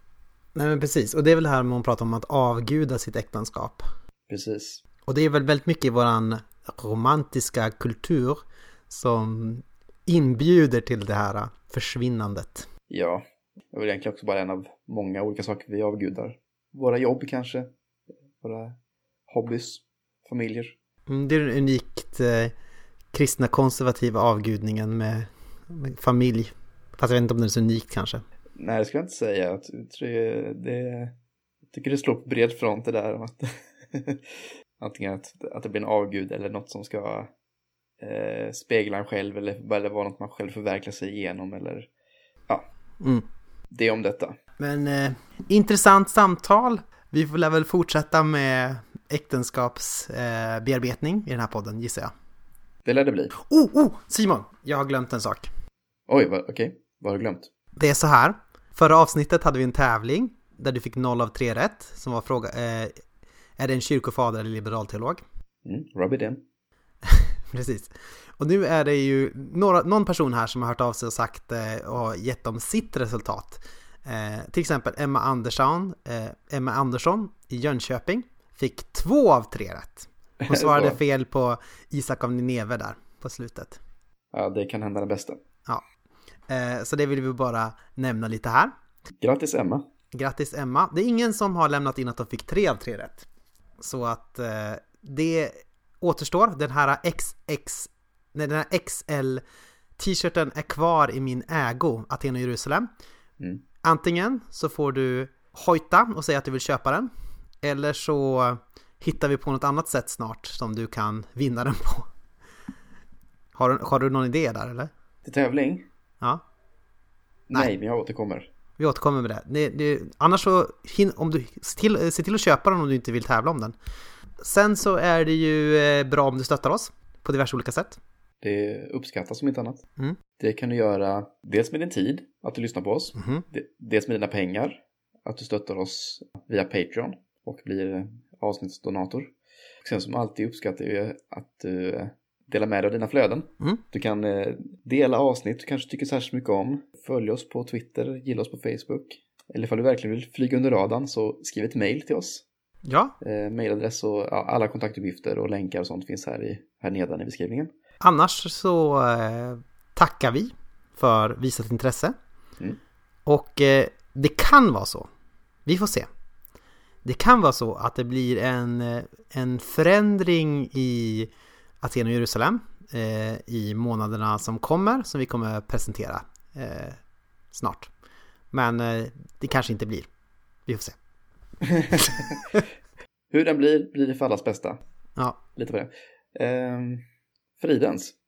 Nej men precis, och det är väl det här man pratar om att avguda sitt äktenskap. Precis. Och det är väl väldigt mycket i våran romantiska kultur som inbjuder till det här försvinnandet. Ja, det är egentligen också bara en av många olika saker vi avgudar. Våra jobb kanske, våra hobbys, familjer. Mm, det är den unikt eh, kristna konservativa avgudningen med, med familj. Fast jag vet inte om det är så unikt kanske. Nej, det skulle jag inte säga. Jag, tror det, jag tycker det slår på bred front det där. Att antingen att, att det blir en avgud eller något som ska eh, spegla en själv eller, eller vara något man själv förverkligar sig igenom. Eller, ja, mm. det är om detta. Men eh, intressant samtal. Vi får väl fortsätta med äktenskapsbearbetning eh, i den här podden, gissar jag. Det lär det bli. Oh, oh, Simon, jag har glömt en sak. Oj, okej. Okay. Vad har du glömt? Det är så här. Förra avsnittet hade vi en tävling där du fick noll av tre rätt. Som var fråga, eh, är det en kyrkofader eller liberalteolog? Mm, rub it in. Precis. Och nu är det ju några, någon person här som har hört av sig och sagt eh, och gett dem sitt resultat. Eh, till exempel Emma Andersson, eh, Emma Andersson i Jönköping fick två av tre rätt. Hon svarade fel på Isak av Nineve där på slutet. Ja, det kan hända det bästa. Ja. Eh, så det vill vi bara nämna lite här. Grattis Emma. Grattis Emma. Det är ingen som har lämnat in att de fick tre av tre rätt. Så att eh, det återstår. Den här X X, nej, den här X L-t-shirten är kvar i min ägo, Aten och Jerusalem. Mm. Antingen så får du hojta och säga att du vill köpa den. Eller så hittar vi på något annat sätt snart som du kan vinna den på. Har du, har du någon idé där eller? Till tävling? Ja. Nej, Nej, men jag återkommer. Vi återkommer med det. det, det annars så, hin, om du se till, se till att köpa den om du inte vill tävla om den. Sen så är det ju bra om du stöttar oss på diverse olika sätt. Det uppskattas som inte annat. Mm. Det kan du göra dels med din tid, att du lyssnar på oss. Mm. Dels med dina pengar, att du stöttar oss via Patreon och blir avsnittsdonator. Och sen som alltid uppskattar jag att du delar med dig av dina flöden. Mm. Du kan dela avsnitt du kanske tycker särskilt mycket om. Följ oss på Twitter, gilla oss på Facebook. Eller ifall du verkligen vill flyga under radarn så skriv ett mejl till oss. Ja. Eh, mailadress och ja, alla kontaktuppgifter och länkar och sånt finns här, i, här nedan i beskrivningen. Annars så eh, tackar vi för visat intresse. Mm. Och eh, det kan vara så. Vi får se. Det kan vara så att det blir en, en förändring i Aten och Jerusalem eh, i månaderna som kommer, som vi kommer presentera eh, snart. Men eh, det kanske inte blir. Vi får se. Hur den blir, blir det för allas bästa. Ja. Lite på det. Ehm, fridens.